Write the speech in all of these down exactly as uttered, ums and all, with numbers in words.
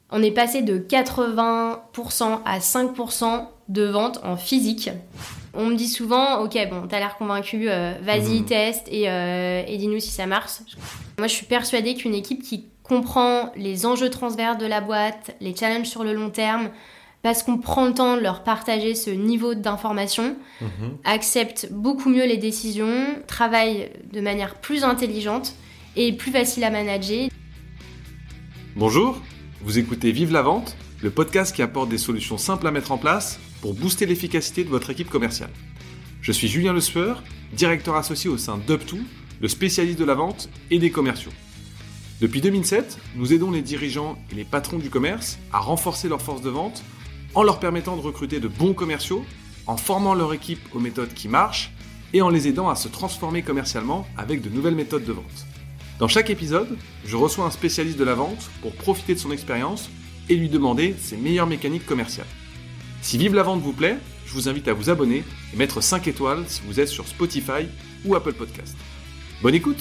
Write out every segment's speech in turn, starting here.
On est passé de quatre-vingts pour cent à cinq pour cent de ventes en physique. On me dit souvent, ok, bon, t'as l'air convaincu, euh, vas-y, mmh. teste et, euh, et dis-nous si ça marche. Moi, je suis persuadée qu'une équipe qui comprend les enjeux transverses de la boîte, les challenges sur le long terme, parce qu'on prend le temps de leur partager ce niveau d'information, mmh. accepte beaucoup mieux les décisions, travaille de manière plus intelligente et plus facile à manager. Bonjour, vous écoutez Vive la Vente, le podcast qui apporte des solutions simples à mettre en place pour booster l'efficacité de votre équipe commerciale. Je suis Julien Le Sueur, directeur associé au sein d'UpTo, le spécialiste de la vente et des commerciaux. Depuis deux mille sept, nous aidons les dirigeants et les patrons du commerce à renforcer leur force de vente en leur permettant de recruter de bons commerciaux, en formant leur équipe aux méthodes qui marchent et en les aidant à se transformer commercialement avec de nouvelles méthodes de vente. Dans chaque épisode, je reçois un spécialiste de la vente pour profiter de son expérience et lui demander ses meilleures mécaniques commerciales. Si Vive la Vente vous plaît, je vous invite à vous abonner et mettre cinq étoiles si vous êtes sur Spotify ou Apple Podcast. Bonne écoute!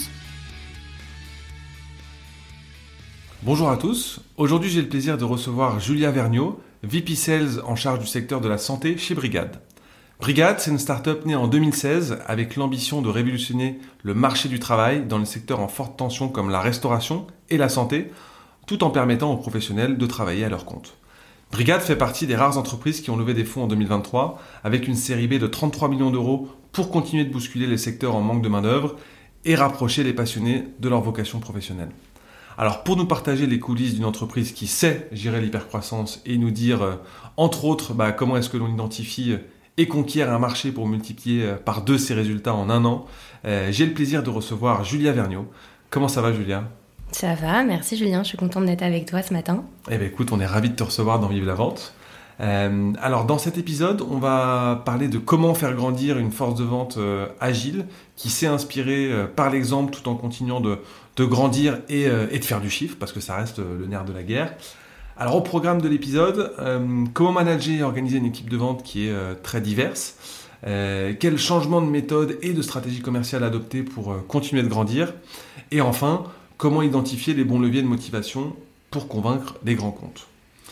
Bonjour à tous, aujourd'hui j'ai le plaisir de recevoir Julia Vergniaud, V P Sales en charge du secteur de la santé chez Brigad. Brigad, c'est une start-up née en deux mille seize avec l'ambition de révolutionner le marché du travail dans les secteurs en forte tension comme la restauration et la santé, tout en permettant aux professionnels de travailler à leur compte. Brigad fait partie des rares entreprises qui ont levé des fonds en deux mille vingt-trois avec une série B de trente-trois millions d'euros pour continuer de bousculer les secteurs en manque de main-d'œuvre et rapprocher les passionnés de leur vocation professionnelle. Alors pour nous partager les coulisses d'une entreprise qui sait gérer l'hypercroissance et nous dire, euh, entre autres, bah, comment est-ce que l'on identifie et conquiert un marché pour multiplier par deux ses résultats en un an, euh, j'ai le plaisir de recevoir Julia Vergniaud. Comment ça va, Julia ? Ça va, merci Julien, je suis contente d'être avec toi ce matin. Eh bien écoute, on est ravis de te recevoir dans Vive la Vente. Euh, alors dans cet épisode, on va parler de comment faire grandir une force de vente euh, agile qui sait inspirer euh, par l'exemple tout en continuant de, de grandir et, euh, et de faire du chiffre, parce que ça reste euh, le nerf de la guerre. Alors au programme de l'épisode, euh, comment manager et organiser une équipe de vente qui est euh, très diverse, euh, quel changement de méthode et de stratégie commerciale adopter pour euh, continuer de grandir, et enfin, comment identifier les bons leviers de motivation pour convaincre les grands comptes.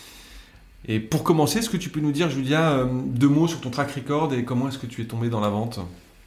Et pour commencer, est-ce que tu peux nous dire, Julia, euh, deux mots sur ton track record et comment est-ce que tu es tombée dans la vente ?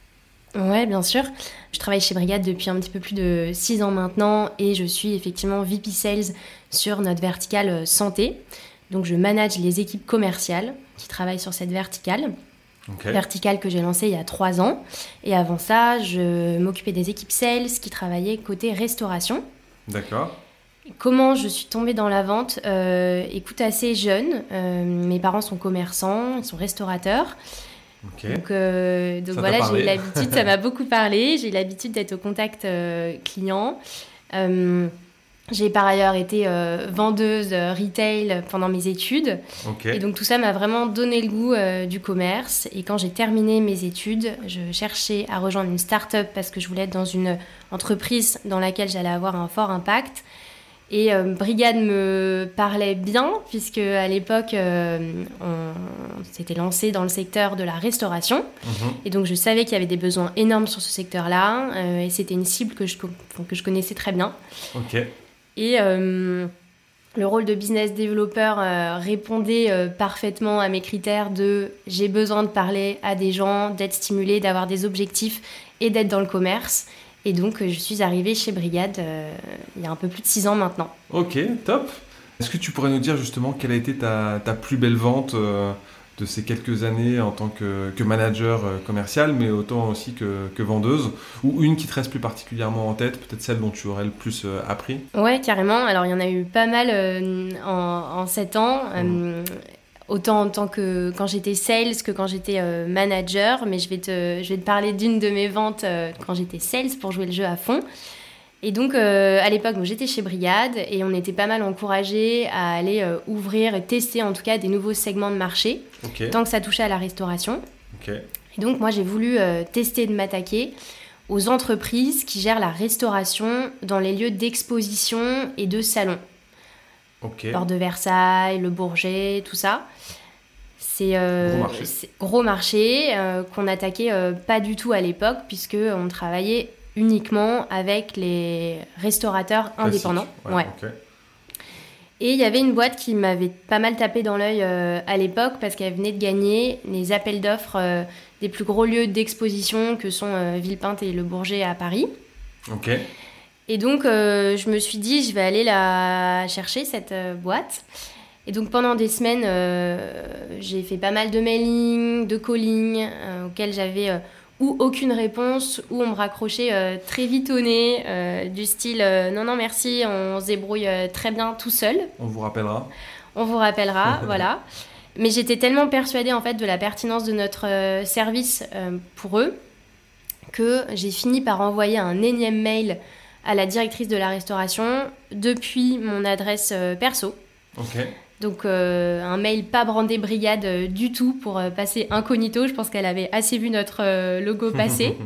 Ouais, bien sûr. Je travaille chez Brigad depuis un petit peu plus de six ans maintenant et je suis effectivement V P Sales sur notre verticale santé. Donc, je manage les équipes commerciales qui travaillent sur cette verticale. Okay. Verticale que j'ai lancée il y a trois ans. Et avant ça, je m'occupais des équipes sales qui travaillaient côté restauration. D'accord. Comment je suis tombée dans la vente ? euh, Écoute, assez jeune. Euh, mes parents sont commerçants, ils sont restaurateurs. Okay. Donc, euh, donc voilà, j'ai eu l'habitude, ça m'a beaucoup parlé. J'ai eu l'habitude d'être au contact euh, client. Euh, j'ai par ailleurs été euh, vendeuse euh, retail pendant mes études. Okay. Et donc tout ça m'a vraiment donné le goût euh, du commerce. Et quand j'ai terminé mes études, je cherchais à rejoindre une start-up parce que je voulais être dans une entreprise dans laquelle j'allais avoir un fort impact. Et euh, Brigad me parlait bien, puisque à l'époque, euh, on s'était lancé dans le secteur de la restauration. Mmh. Et donc, je savais qu'il y avait des besoins énormes sur ce secteur-là. Euh, et c'était une cible que je, que je connaissais très bien. Okay. Et euh, le rôle de business developer euh, répondait euh, parfaitement à mes critères de « j'ai besoin de parler à des gens, d'être stimulé, d'avoir des objectifs et d'être dans le commerce ». Et donc, je suis arrivée chez Brigad euh, il y a un peu plus de six ans maintenant. Ok, top. Est-ce que tu pourrais nous dire justement quelle a été ta, ta plus belle vente euh, de ces quelques années en tant que, que manager euh, commercial, mais autant aussi que, que vendeuse, ou une qui te reste plus particulièrement en tête, peut-être celle dont tu aurais le plus euh, appris ? Ouais, carrément. Alors, il y en a eu pas mal euh, en, en sept ans. Mmh. Euh, Autant en tant que quand j'étais sales que quand j'étais euh, manager, mais je vais, te, je vais te parler d'une de mes ventes euh, quand j'étais sales pour jouer le jeu à fond. Et donc, euh, à l'époque, donc, j'étais chez Brigad et on était pas mal encouragés à aller euh, ouvrir et tester en tout cas des nouveaux segments de marché, okay. tant que ça touchait à la restauration. Okay. Et donc, moi, j'ai voulu euh, tester de m'attaquer aux entreprises qui gèrent la restauration dans les lieux d'exposition et de salon. Okay. Porte de Versailles, le Bourget, tout ça. C'est euh, gros marché, c'est gros marché euh, qu'on attaquait euh, pas du tout à l'époque puisqu'on travaillait uniquement avec les restaurateurs Classique. indépendants. Ouais, ouais. Okay. Et il y avait une boîte qui m'avait pas mal tapé dans l'œil euh, à l'époque parce qu'elle venait de gagner les appels d'offres euh, des plus gros lieux d'exposition que sont euh, Villepinte et Le Bourget à Paris. Ok. Et donc, euh, je me suis dit, je vais aller la chercher, cette euh, boîte. Et donc, pendant des semaines, euh, j'ai fait pas mal de mailing, de calling, euh, auxquels j'avais euh, ou aucune réponse, ou on me raccrochait euh, très vite au nez, euh, du style euh, « Non, non, merci, on se débrouille euh, très bien tout seul. » On vous rappellera. On vous rappellera, voilà. Mais j'étais tellement persuadée, en fait, de la pertinence de notre euh, service euh, pour eux que j'ai fini par envoyer un énième mail à la directrice de la restauration depuis mon adresse euh, perso. Ok. Donc euh, un mail pas brandé Brigade euh, du tout pour euh, passer incognito. Je pense qu'elle avait assez vu notre euh, logo passer.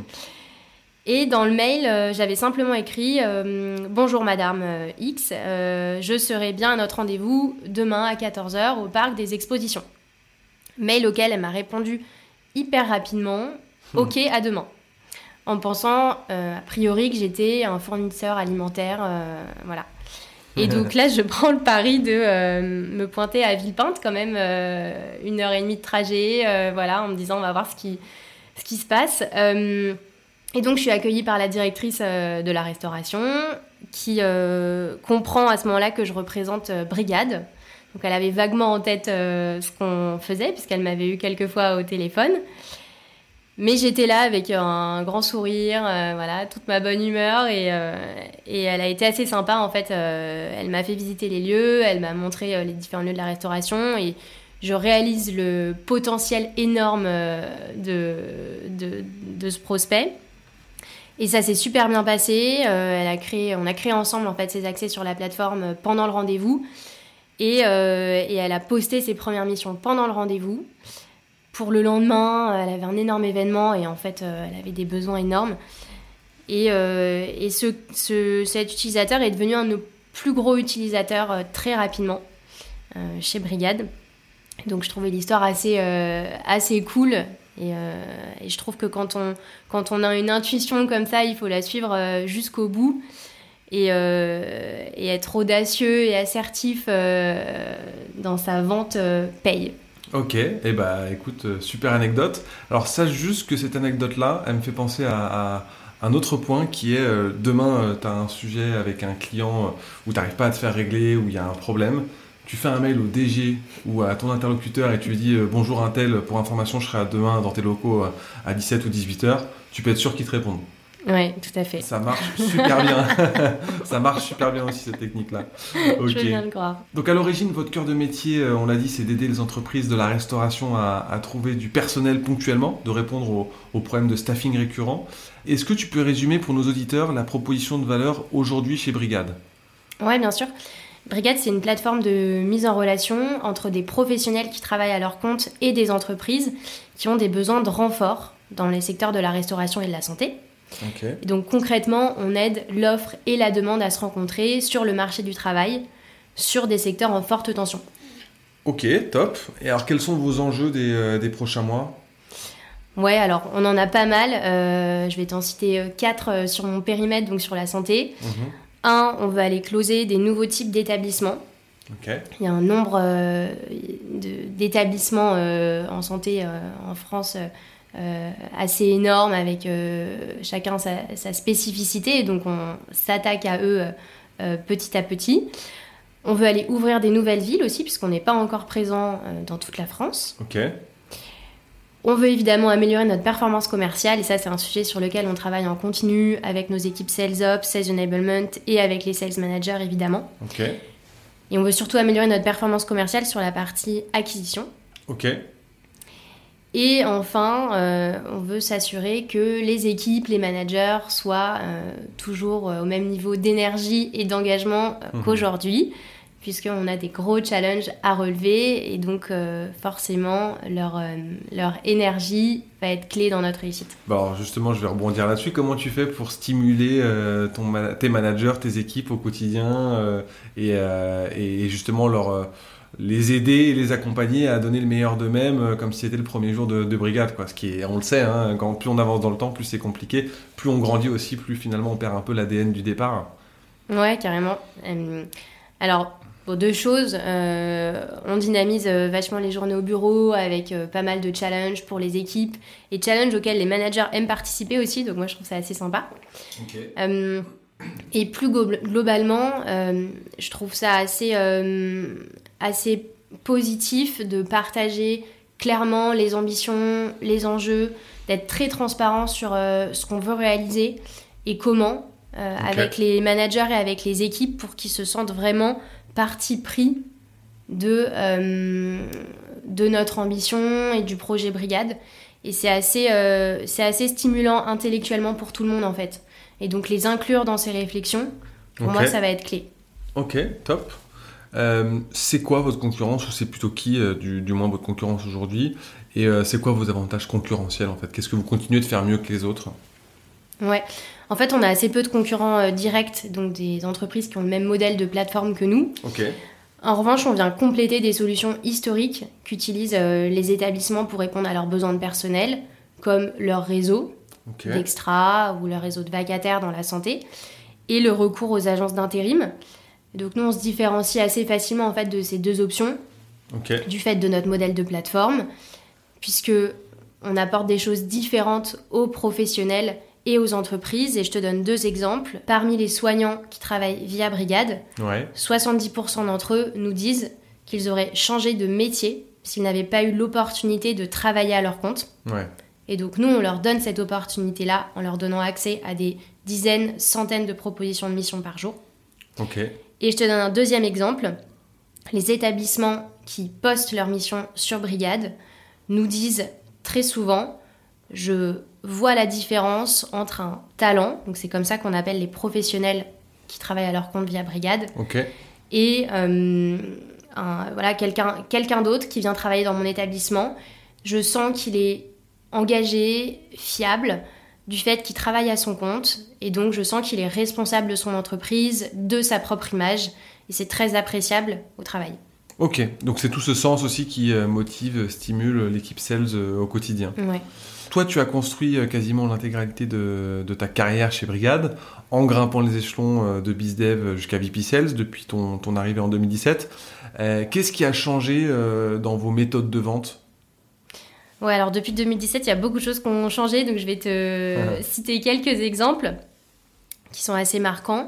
Et dans le mail, euh, j'avais simplement écrit euh, « Bonjour Madame euh, X, euh, je serai bien à notre rendez-vous demain à quatorze heures au Parc des Expositions. » Mail auquel elle m'a répondu hyper rapidement « Ok, à demain. » En pensant euh, a priori que j'étais un fournisseur alimentaire, euh, voilà. Et donc là, je prends le pari de euh, me pointer à Villepinte, quand même, euh, une heure et demie de trajet, euh, voilà, en me disant, on va voir ce qui, ce qui se passe. Euh, et donc, je suis accueillie par la directrice euh, de la restauration, qui euh, comprend à ce moment-là que je représente euh, Brigade. Donc, elle avait vaguement en tête euh, ce qu'on faisait, puisqu'elle m'avait eu quelques fois au téléphone. Mais j'étais là avec un grand sourire, euh, voilà, toute ma bonne humeur et, euh, et elle a été assez sympa en fait. Euh, elle m'a fait visiter les lieux, elle m'a montré euh, les différents lieux de la restauration et je réalise le potentiel énorme euh, de, de, de ce prospect. Et ça s'est super bien passé. Euh, elle a créé, on a créé ensemble en fait ses accès sur la plateforme pendant le rendez-vous et, euh, et elle a posté ses premières missions pendant le rendez-vous. Pour le lendemain, elle avait un énorme événement et en fait, euh, elle avait des besoins énormes. Et, euh, et ce, ce, cet utilisateur est devenu un de nos plus gros utilisateurs euh, très rapidement euh, chez Brigade. Donc, je trouvais l'histoire assez, euh, assez cool. Et, euh, et je trouve que quand on, quand on a une intuition comme ça, il faut la suivre euh, jusqu'au bout. Et, euh, et être audacieux et assertif euh, dans sa vente euh, paye. Ok, et eh bah écoute, euh, super anecdote. Alors sache juste que cette anecdote-là, elle me fait penser à, à un autre point qui est euh, demain, euh, tu as un sujet avec un client euh, où tu n'arrives pas à te faire régler, où il y a un problème. Tu fais un mail au D G ou à ton interlocuteur et tu lui dis euh, bonjour Intel, pour information, je serai demain dans tes locaux euh, à dix-sept ou dix-huit heures. Tu peux être sûr qu'ils te répondent. Oui, tout à fait. Ça marche super bien. Ça marche super bien aussi, cette technique-là. Okay. Je veux bien le croire. Donc à l'origine, votre cœur de métier, on l'a dit, c'est d'aider les entreprises de la restauration à, à trouver du personnel ponctuellement, de répondre aux, aux problèmes de staffing récurrents. Est-ce que tu peux résumer pour nos auditeurs la proposition de valeur aujourd'hui chez Brigade ? Oui, bien sûr. Brigade, c'est une plateforme de mise en relation entre des professionnels qui travaillent à leur compte et des entreprises qui ont des besoins de renfort dans les secteurs de la restauration et de la santé. Okay. Et donc concrètement, on aide l'offre et la demande à se rencontrer sur le marché du travail, sur des secteurs en forte tension. Ok, top. Et alors quels sont vos enjeux des, euh, des prochains mois ? Ouais, alors on en a pas mal. Euh, je vais t'en citer euh, quatre euh, sur mon périmètre, donc sur la santé. Mmh. Un, on va aller closer des nouveaux types d'établissements. Okay. Il y a un nombre euh, de, d'établissements euh, en santé euh, en France euh, Euh, assez énorme avec euh, chacun sa, sa spécificité et donc on s'attaque à eux euh, petit à petit. On veut aller ouvrir des nouvelles villes aussi puisqu'on n'est pas encore présent euh, dans toute la France. Okay. On veut évidemment améliorer notre performance commerciale et ça c'est un sujet sur lequel on travaille en continu avec nos équipes Sales Ops, Sales Enablement et avec les Sales Managers évidemment. Okay. Et on veut surtout améliorer notre performance commerciale sur la partie acquisition. Ok. Et enfin, euh, on veut s'assurer que les équipes, les managers soient euh, toujours euh, au même niveau d'énergie et d'engagement euh, mmh. qu'aujourd'hui, puisqu'on a des gros challenges à relever et donc euh, forcément leur, euh, leur énergie va être clé dans notre réussite. Bon, alors justement, je vais rebondir là-dessus. Comment tu fais pour stimuler euh, ton, tes managers, tes équipes au quotidien euh, et, euh, et justement leur... Euh, les aider et les accompagner à donner le meilleur d'eux-mêmes euh, comme si c'était le premier jour de, de brigade, quoi. Ce qui est, on le sait, hein, quand plus on avance dans le temps, plus c'est compliqué, plus on grandit aussi, plus finalement on perd un peu l'A D N du départ. Ouais, carrément. Euh, alors, Bon, deux choses. Euh, on dynamise euh, vachement les journées au bureau avec euh, pas mal de challenges pour les équipes et challenges auxquels les managers aiment participer aussi. Donc moi, je trouve ça assez sympa. Okay. Euh, et plus go- globalement, euh, je trouve ça assez, euh, assez positif de partager clairement les ambitions, les enjeux, d'être très transparent sur euh, ce qu'on veut réaliser et comment, euh, okay. avec les managers et avec les équipes pour qu'ils se sentent vraiment parti pris de, euh, de notre ambition et du projet Brigade. Et c'est assez, euh, c'est assez stimulant intellectuellement pour tout le monde, en fait. Et donc, les inclure dans ces réflexions, pour okay. moi, ça va être clé. Ok, top. Euh, c'est quoi votre concurrence, ou c'est plutôt qui, euh, du, du moins, votre concurrence aujourd'hui ? Et euh, c'est quoi vos avantages concurrentiels, en fait ? Qu'est-ce que vous continuez de faire mieux que les autres ? Ouais. En fait, on a assez peu de concurrents euh, directs, donc des entreprises qui ont le même modèle de plateforme que nous. Okay. En revanche, on vient compléter des solutions historiques qu'utilisent euh, les établissements pour répondre à leurs besoins de personnel, comme leur réseau okay. d'extra ou leur réseau de vacataires dans la santé, et le recours aux agences d'intérim. Donc nous, on se différencie assez facilement en fait, de ces deux options, okay. du fait de notre modèle de plateforme, puisque on apporte des choses différentes aux professionnels et aux entreprises. Et je te donne deux exemples. Parmi les soignants qui travaillent via Brigade, ouais. soixante-dix pour cent d'entre eux nous disent qu'ils auraient changé de métier s'ils n'avaient pas eu l'opportunité de travailler à leur compte. Ouais. Et donc nous, on leur donne cette opportunité-là en leur donnant accès à des dizaines, centaines de propositions de missions par jour. Okay. Et je te donne un deuxième exemple. Les établissements qui postent leurs missions sur Brigade nous disent très souvent « je vois la différence entre un talent », donc c'est comme ça qu'on appelle les professionnels qui travaillent à leur compte via Brigade, okay. et euh, un, voilà, quelqu'un, quelqu'un d'autre qui vient travailler dans mon établissement. Je sens qu'il est engagé, fiable, du fait qu'il travaille à son compte, et donc je sens qu'il est responsable de son entreprise, de sa propre image, et c'est très appréciable au travail. Ok, donc c'est tout ce sens aussi qui motive, stimule l'équipe sales au quotidien. Ouais. Toi, tu as construit quasiment l'intégralité de, de ta carrière chez Brigade, en grimpant les échelons de BizDev jusqu'à V P Sales depuis ton, ton arrivée en deux mille dix-sept. Euh, qu'est-ce qui a changé euh, dans vos méthodes de vente ? Ouais, alors depuis deux mille dix-sept, il y a beaucoup de choses qui ont changé, donc je vais te ah. citer quelques exemples qui sont assez marquants.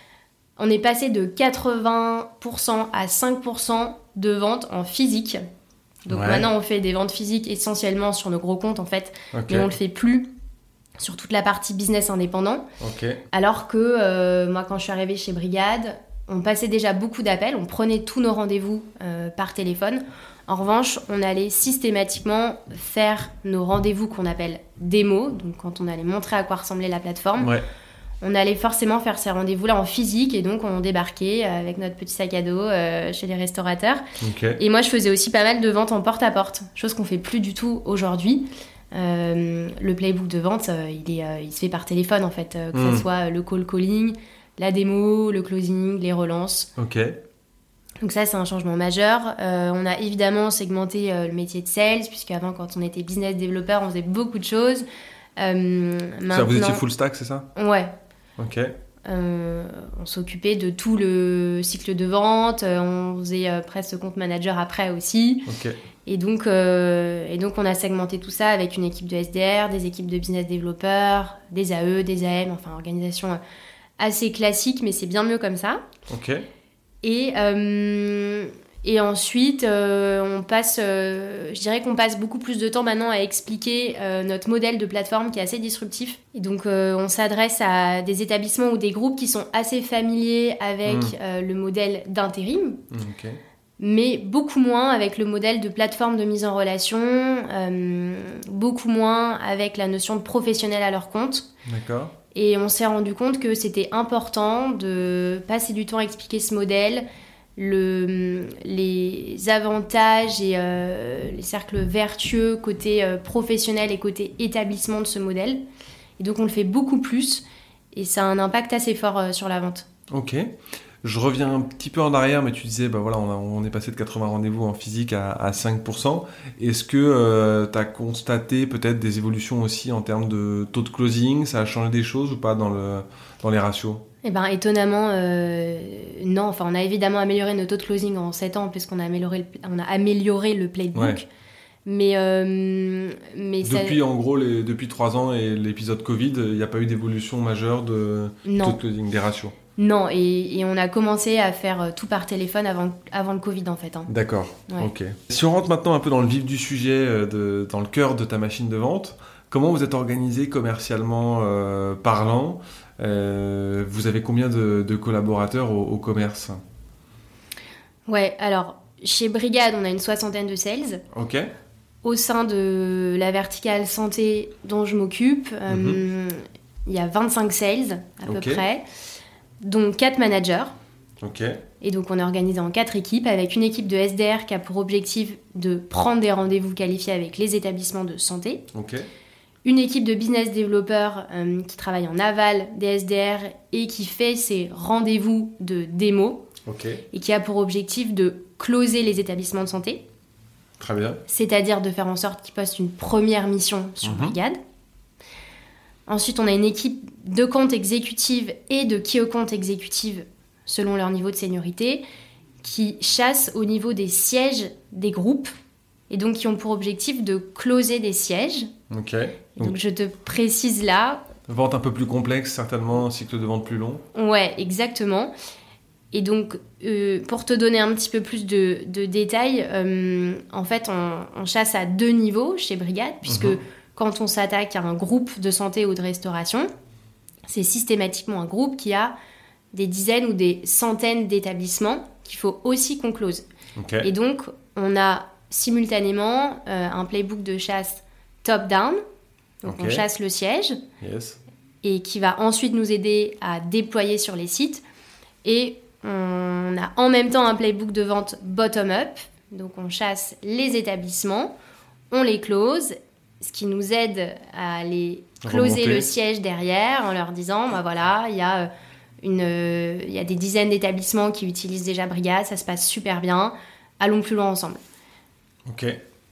On est passé de quatre-vingts pour cent à cinq pour cent de ventes en physique. Donc ouais. Maintenant, on fait des ventes physiques essentiellement sur nos gros comptes, en fait, okay. mais on ne le fait plus sur toute la partie business indépendant. Okay. Alors que euh, moi, quand je suis arrivée chez Brigade, on passait déjà beaucoup d'appels, on prenait tous nos rendez-vous euh, par téléphone. En revanche, on allait systématiquement faire nos rendez-vous qu'on appelle démos, donc quand on allait montrer à quoi ressemblait la plateforme. Ouais. On allait forcément faire ces rendez-vous-là en physique, et donc on débarquait avec notre petit sac à dos euh, chez les restaurateurs. Okay. Et moi, je faisais aussi pas mal de ventes en porte-à-porte, chose qu'on fait plus du tout aujourd'hui. Euh, le playbook de vente, euh, il, est, euh, il se fait par téléphone, en fait, euh, que mmh. ce soit le call calling, la démo, le closing, les relances. Ok. Donc ça, c'est un changement majeur. Euh, on a évidemment segmenté euh, le métier de sales, puisqu'avant, quand on était business developer, on faisait beaucoup de choses. Euh, maintenant... Ça, vous étiez full stack, c'est ça ? Ouais. Ok. Euh, on s'occupait de tout le cycle de vente, euh, on faisait euh, presque compte manager après aussi. Ok. Et donc, euh, et donc, on a segmenté tout ça avec une équipe de S D R, des équipes de business développeurs, des A E, des A M, enfin, organisation assez classique, mais c'est bien mieux comme ça. Ok. Et, euh, et ensuite, euh, on passe, euh, je dirais qu'on passe beaucoup plus de temps maintenant à expliquer euh, notre modèle de plateforme qui est assez disruptif. Et donc, euh, on s'adresse à des établissements ou des groupes qui sont assez familiers avec mmh. euh, le modèle d'intérim, mmh, okay. mais beaucoup moins avec le modèle de plateforme de mise en relation, euh, beaucoup moins avec la notion de professionnel à leur compte. D'accord. Et on s'est rendu compte que c'était important de passer du temps à expliquer ce modèle, le, les avantages et euh, les cercles vertueux côté euh, professionnel et côté établissement de ce modèle. Et donc on le fait beaucoup plus et ça a un impact assez fort euh, sur la vente. Ok. Je reviens un petit peu en arrière, mais tu disais, bah voilà, on, a, on est passé de quatre-vingts rendez-vous en physique à, à cinq pour cent. Est-ce que euh, tu as constaté peut-être des évolutions aussi en termes de taux de closing ? Ça a changé des choses ou pas dans, le, dans les ratios ? Eh ben, étonnamment, euh, non. Enfin, on a évidemment amélioré notre taux de closing en sept ans puisqu'on a amélioré le, on a amélioré le playbook. Ouais. Mais, euh, mais depuis, ça... en gros, les, depuis trois ans et l'épisode Covid, il n'y a pas eu d'évolution majeure de taux de closing, des ratios. Non, et, et on a commencé à faire tout par téléphone avant, avant le Covid, en fait. Hein. D'accord, ouais. ok. Si on rentre maintenant un peu dans le vif du sujet, de, dans le cœur de ta machine de vente, comment vous êtes organisé commercialement euh, parlant euh, Vous avez combien de, de collaborateurs au, au commerce? Ouais, alors, chez Brigade, on a une soixantaine de sales. Ok. Au sein de la verticale santé dont je m'occupe, mm-hmm. euh, il y a vingt-cinq sales à okay. peu près, dont quatre managers. Ok. Et donc on est organisé en quatre équipes, avec une équipe de S D R qui a pour objectif de prendre des rendez-vous qualifiés avec les établissements de santé. Ok. Une équipe de business développeurs euh, qui travaille en aval des S D R et qui fait ces rendez-vous de démo. Ok. Et qui a pour objectif de closer les établissements de santé. Très bien. C'est-à-dire de faire en sorte qu'ils postent une première mission sur mmh. Brigade. Ensuite, on a une équipe de compte exécutive et de key account exécutive selon leur niveau de seniorité qui chassent au niveau des sièges des groupes et donc qui ont pour objectif de closer des sièges. Ok. Donc, donc je te précise là. Vente un peu plus complexe, certainement, cycle de vente plus long. Ouais, exactement. Et donc, euh, pour te donner un petit peu plus de, de détails, euh, en fait, on, on chasse à deux niveaux chez Brigade, puisque mmh. quand on s'attaque à un groupe de santé ou de restauration, c'est systématiquement un groupe qui a des dizaines ou des centaines d'établissements qu'il faut aussi qu'on close. Okay. Et donc, on a simultanément euh, un playbook de chasse top-down, donc okay. on chasse le siège, yes. et qui va ensuite nous aider à déployer sur les sites, et on a en même temps un playbook de vente bottom-up, donc on chasse les établissements, on les close, ce qui nous aide à les closer Remonter. Le siège derrière en leur disant, bah voilà, il y a une, il y a des dizaines d'établissements qui utilisent déjà Brigade, ça se passe super bien, allons plus loin ensemble. Ok.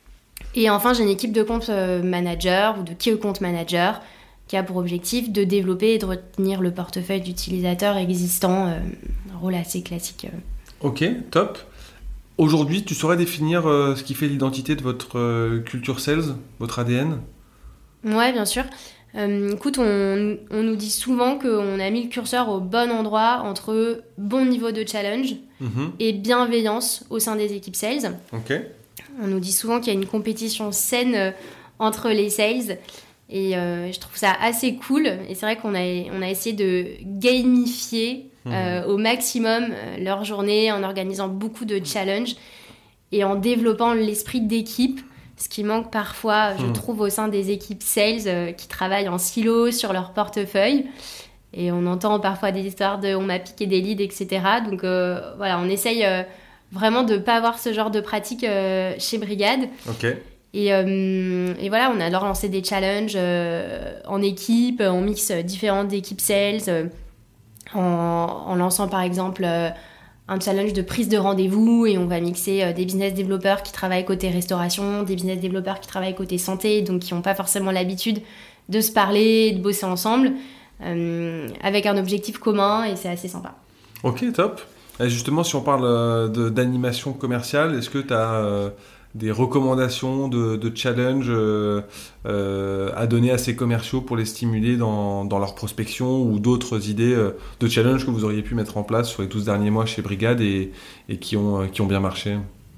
Et enfin, j'ai une équipe de compte manager ou de key account manager qui a pour objectif de développer et de retenir le portefeuille d'utilisateurs existants, euh, un rôle assez classique. Euh. Ok, top. Aujourd'hui, tu saurais définir euh, ce qui fait l'identité de votre euh, culture sales, votre A D N ? Ouais, bien sûr. Euh, écoute, on, on nous dit souvent qu'on a mis le curseur au bon endroit entre bon niveau de challenge mm-hmm. et bienveillance au sein des équipes sales. Ok. On nous dit souvent qu'il y a une compétition saine euh, entre les sales. Et euh, je trouve ça assez cool. Et c'est vrai qu'on a, on a essayé de gamifier euh, mmh. au maximum euh, leur journée en organisant beaucoup de challenges et en développant l'esprit d'équipe, ce qui manque parfois, je mmh. trouve, au sein des équipes sales euh, qui travaillent en silo sur leur portefeuille. Et on entend parfois des histoires de « on m'a piqué des leads », et cetera. Donc euh, voilà, on essaye euh, vraiment de ne pas avoir ce genre de pratique euh, chez Brigade. Ok. Et, euh, et voilà, on adore lancer des challenges euh, en équipe, on mixe différentes équipes sales, euh, en, en lançant par exemple euh, un challenge de prise de rendez-vous et on va mixer euh, des business développeurs qui travaillent côté restauration, des business développeurs qui travaillent côté santé, donc qui n'ont pas forcément l'habitude de se parler, de bosser ensemble, euh, avec un objectif commun et c'est assez sympa. Ok, top. Et justement, si on parle euh, de, d'animation commerciale, est-ce que tu as... Euh... des recommandations de, de challenge euh, euh, à donner à ces commerciaux pour les stimuler dans, dans leur prospection ou d'autres idées euh, de challenge que vous auriez pu mettre en place sur les douze derniers mois chez Brigade et, et qui, ont, qui ont bien marché?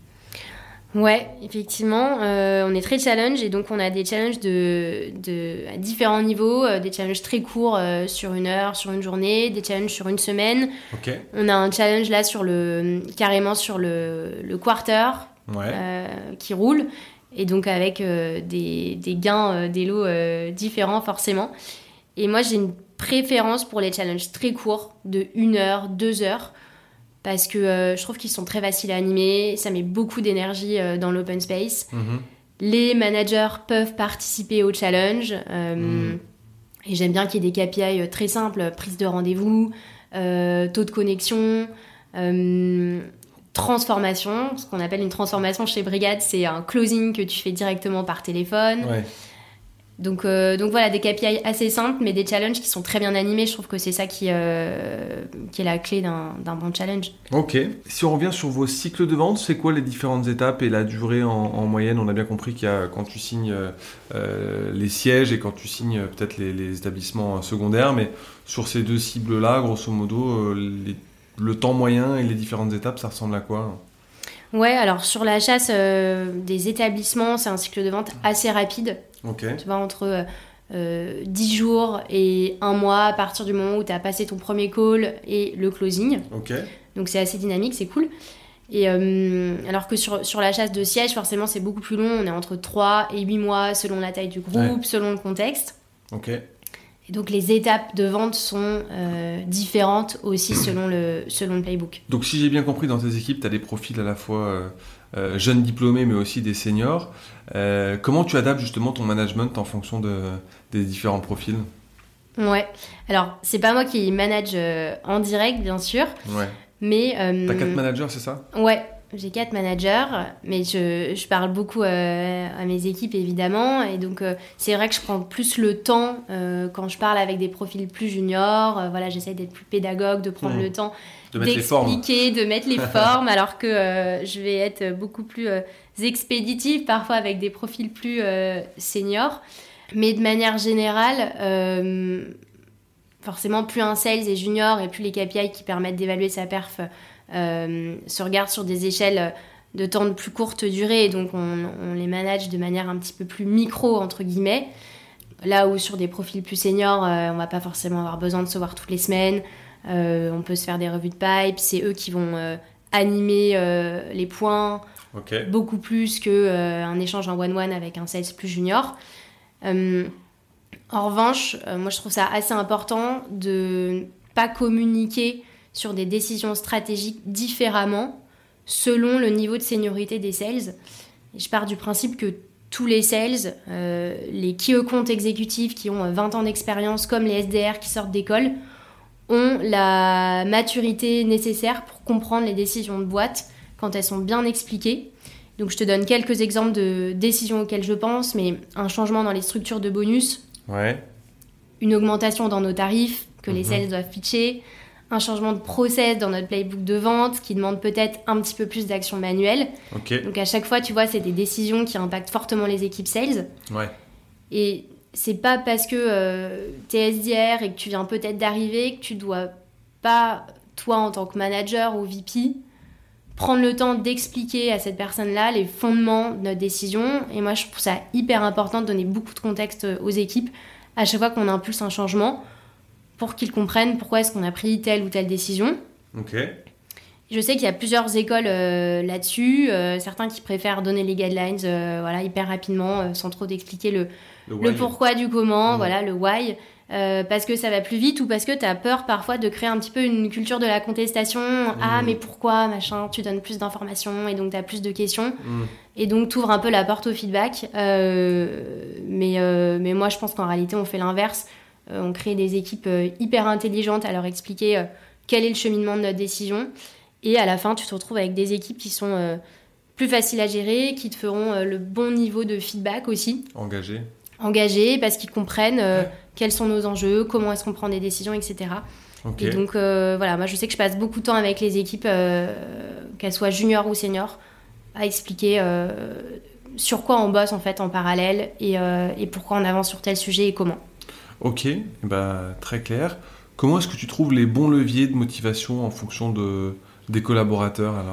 Ouais, effectivement, euh, on est très challenge et donc on a des challenges de, de, à différents niveaux, euh, des challenges très courts euh, sur une heure, sur une journée, des challenges sur une semaine. Okay. On a un challenge là sur le, carrément sur le, le quarter. Ouais. Euh, qui roule et donc avec euh, des, des gains euh, des lots euh, différents forcément et moi j'ai une préférence pour les challenges très courts de une heure, deux heures parce que euh, je trouve qu'ils sont très faciles à animer, ça met beaucoup d'énergie euh, dans l'open space. Mm-hmm. Les managers peuvent participer au challenge euh, mm. et j'aime bien qu'il y ait des K P I très simples, prise de rendez-vous, euh, taux de connexion, euh, transformation. Ce qu'on appelle une transformation chez Brigade, c'est un closing que tu fais directement par téléphone. Ouais. Donc, euh, donc voilà, des K P I assez simples, mais des challenges qui sont très bien animés. Je trouve que c'est ça qui, euh, qui est la clé d'un, d'un bon challenge. Ok. Si on revient sur vos cycles de vente, c'est quoi les différentes étapes et la durée en, en moyenne? On a bien compris qu'il y a quand tu signes euh, les sièges et quand tu signes peut-être les, les établissements secondaires, mais sur ces deux cibles-là, grosso modo, les, le temps moyen et les différentes étapes, ça ressemble à quoi? Ouais, alors sur la chasse euh, des établissements, c'est un cycle de vente assez rapide. Okay. Tu vois, entre euh, dix jours et un mois à partir du moment où tu as passé ton premier call et le closing. Okay. Donc c'est assez dynamique, c'est cool. Et euh, alors que sur, sur la chasse de siège, forcément, c'est beaucoup plus long. On est entre trois et huit mois selon la taille du groupe, ouais. selon le contexte. Okay. Et donc les étapes de vente sont euh, différentes aussi selon le, selon le playbook. Donc si j'ai bien compris, dans tes équipes, tu as des profils à la fois euh, euh, jeunes diplômés mais aussi des seniors. Euh, comment tu adaptes justement ton management en fonction de, des différents profils? Ouais, alors c'est pas moi qui manage euh, en direct bien sûr. Ouais. Mais euh, t'as quatre managers, c'est ça? Ouais. J'ai quatre managers, mais je, je parle beaucoup euh, à mes équipes, évidemment. Et donc, euh, c'est vrai que je prends plus le temps euh, quand je parle avec des profils plus juniors. Euh, voilà, j'essaie d'être plus pédagogue, de prendre mmh. le temps de d'expliquer, de mettre les formes, alors que euh, je vais être beaucoup plus euh, expéditive, parfois avec des profils plus euh, seniors. Mais de manière générale, euh, forcément, plus un sales est junior et plus les K P I qui permettent d'évaluer sa perf Euh, se regardent sur des échelles de temps de plus courte durée, et donc on, on les manage de manière un petit peu plus micro, entre guillemets. Là où sur des profils plus seniors, euh, on va pas forcément avoir besoin de se voir toutes les semaines. Euh, on peut se faire des revues de pipe, c'est eux qui vont euh, animer euh, les points, okay. beaucoup plus qu'un euh, échange en one-one avec un sales plus junior. Euh, en revanche, euh, moi je trouve ça assez important de pas communiquer sur des décisions stratégiques différemment selon le niveau de seniorité des sales. Et je pars du principe que tous les sales, euh, les key account exécutifs qui ont vingt ans d'expérience, comme les S D R qui sortent d'école, ont la maturité nécessaire pour comprendre les décisions de boîte quand elles sont bien expliquées. Donc je te donne quelques exemples de décisions auxquelles je pense, mais un changement dans les structures de bonus, ouais. une augmentation dans nos tarifs que mm-hmm. les sales doivent pitcher, un changement de process dans notre playbook de vente qui demande peut-être un petit peu plus d'action manuelle. Okay. Donc à chaque fois, tu vois, c'est des décisions qui impactent fortement les équipes sales. Ouais. Et c'est pas parce que euh, t'es S D R et que tu viens peut-être d'arriver que tu dois pas, toi en tant que manager ou V P, prendre le temps d'expliquer à cette personne-là les fondements de notre décision. Et moi, je trouve ça hyper important de donner beaucoup de contexte aux équipes à chaque fois qu'on impulse un changement, pour qu'ils comprennent pourquoi est-ce qu'on a pris telle ou telle décision. Okay. Je sais qu'il y a plusieurs écoles euh, là-dessus, euh, certains qui préfèrent donner les guidelines euh, voilà, hyper rapidement, euh, sans trop d'expliquer le, le, le pourquoi du comment, mmh. voilà, le why, euh, parce que ça va plus vite ou parce que tu as peur parfois de créer un petit peu une culture de la contestation. Mmh. Ah, mais pourquoi, machin, tu donnes plus d'informations et donc tu as plus de questions. Mmh. Et donc tu ouvres un peu la porte au feedback. Euh, mais, euh, mais moi, je pense qu'en réalité, on fait l'inverse. Euh, on crée des équipes euh, hyper intelligentes à leur expliquer euh, quel est le cheminement de notre décision. Et à la fin, tu te retrouves avec des équipes qui sont euh, plus faciles à gérer, qui te feront euh, le bon niveau de feedback aussi. Engagés. Engagés, parce qu'ils comprennent euh, ouais. quels sont nos enjeux, comment est-ce qu'on prend des décisions, et cetera. Okay. Et donc, euh, voilà, moi, je sais que je passe beaucoup de temps avec les équipes, euh, qu'elles soient juniors ou seniors, à expliquer euh, sur quoi on bosse, en fait, en parallèle et, euh, et pourquoi on avance sur tel sujet et comment. Ok, bah, très clair. Comment est-ce que tu trouves les bons leviers de motivation en fonction de, des collaborateurs alors ?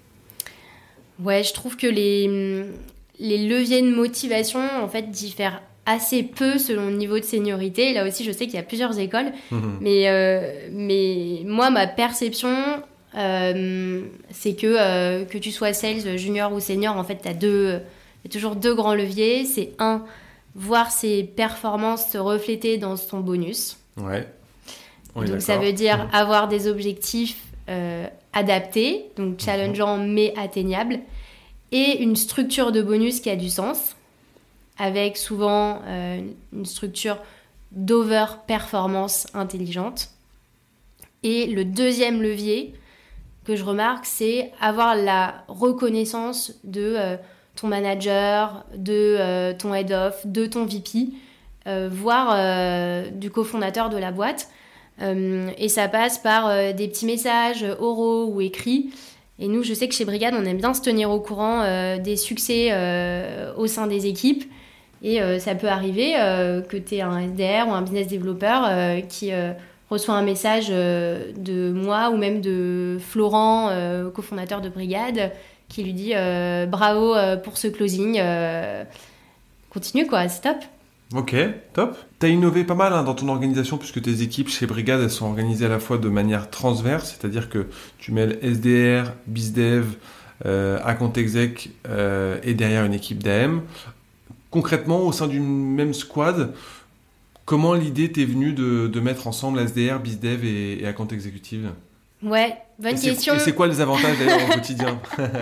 Ouais, je trouve que les, les leviers de motivation en fait, diffèrent assez peu selon le niveau de seniorité. Là aussi, je sais qu'il y a plusieurs écoles, mmh. mais, euh, mais moi, ma perception, euh, c'est que euh, que tu sois sales, junior ou senior, en fait, tu as deux, y a toujours deux grands leviers. C'est un, voir ses performances se refléter dans ton bonus. Ouais. Donc d'accord. Ça veut dire mmh. avoir des objectifs euh, adaptés, donc challengeants mmh. mais atteignables, et une structure de bonus qui a du sens, avec souvent euh, une structure d'over-performance intelligente. Et le deuxième levier que je remarque, c'est avoir la reconnaissance de euh, ton manager, de euh, ton head of, de ton V P, euh, voire euh, du cofondateur de la boîte. Euh, et ça passe par euh, des petits messages oraux ou écrits. Et nous, je sais que chez Brigade, on aime bien se tenir au courant euh, des succès euh, au sein des équipes. Et euh, ça peut arriver euh, que tu aies un S D R ou un business developer euh, qui euh, reçoit un message euh, de moi ou même de Florent, euh, cofondateur de Brigade, qui lui dit euh, bravo euh, pour ce closing. Euh, continue, quoi, c'est top. Ok, top. Tu as innové pas mal hein, dans ton organisation puisque tes équipes chez Brigade, elles sont organisées à la fois de manière transverse, c'est-à-dire que tu mêles S D R, BizDev, euh, account exec euh, et derrière une équipe d'A M. Concrètement, au sein d'une même squad, comment l'idée t'est venue de, de mettre ensemble S D R, BizDev et, et account exécutive ? Ouais, bonne et question. Et c'est quoi les avantages d'ailleurs au quotidien ?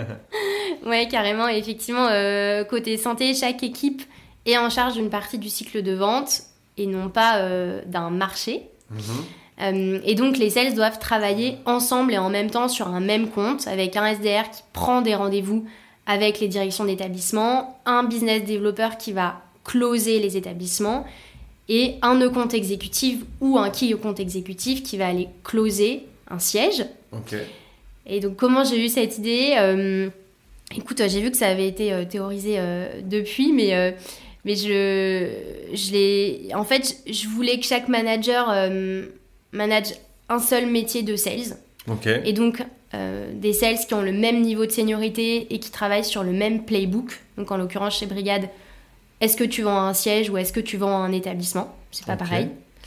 Ouais, carrément. Effectivement, euh, côté santé, chaque équipe est en charge d'une partie du cycle de vente et non pas euh, d'un marché. Mmh. Euh, et donc, les sales doivent travailler ensemble et en même temps sur un même compte avec un S D R qui prend des rendez-vous avec les directions d'établissement, un business developer qui va closer les établissements et un e-compte exécutif ou un key compte exécutif qui va aller closer un siège. Okay. Et donc, comment j'ai eu cette idée ? euh, Écoute, j'ai vu que ça avait été euh, théorisé euh, depuis, mais... Euh, Mais je, je l'ai... En fait, je voulais que chaque manager euh, manage un seul métier de sales. Okay. Et donc, euh, des sales qui ont le même niveau de seniorité et qui travaillent sur le même playbook. Donc, en l'occurrence, chez Brigade, est-ce que tu vends un siège ou est-ce que tu vends un établissement ? C'est pas okay. pareil.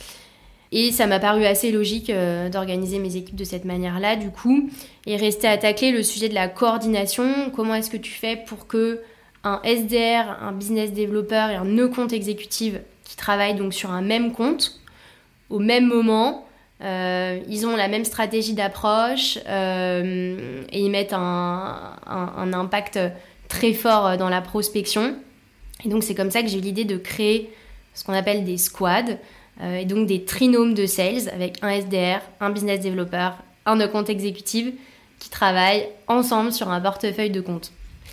Et ça m'a paru assez logique euh, d'organiser mes équipes de cette manière-là, du coup. Et rester à tacler le sujet de la coordination. Comment est-ce que tu fais pour que un S D R, un business developer et un e-compte exécutif qui travaillent donc sur un même compte, au même moment, euh, ils ont la même stratégie d'approche euh, et ils mettent un, un, un impact très fort dans la prospection. Et donc c'est comme ça que j'ai eu l'idée de créer ce qu'on appelle des squads, euh, et donc des trinômes de sales avec un S D R, un business developer, un e-compte exécutif qui travaillent ensemble sur un portefeuille de comptes.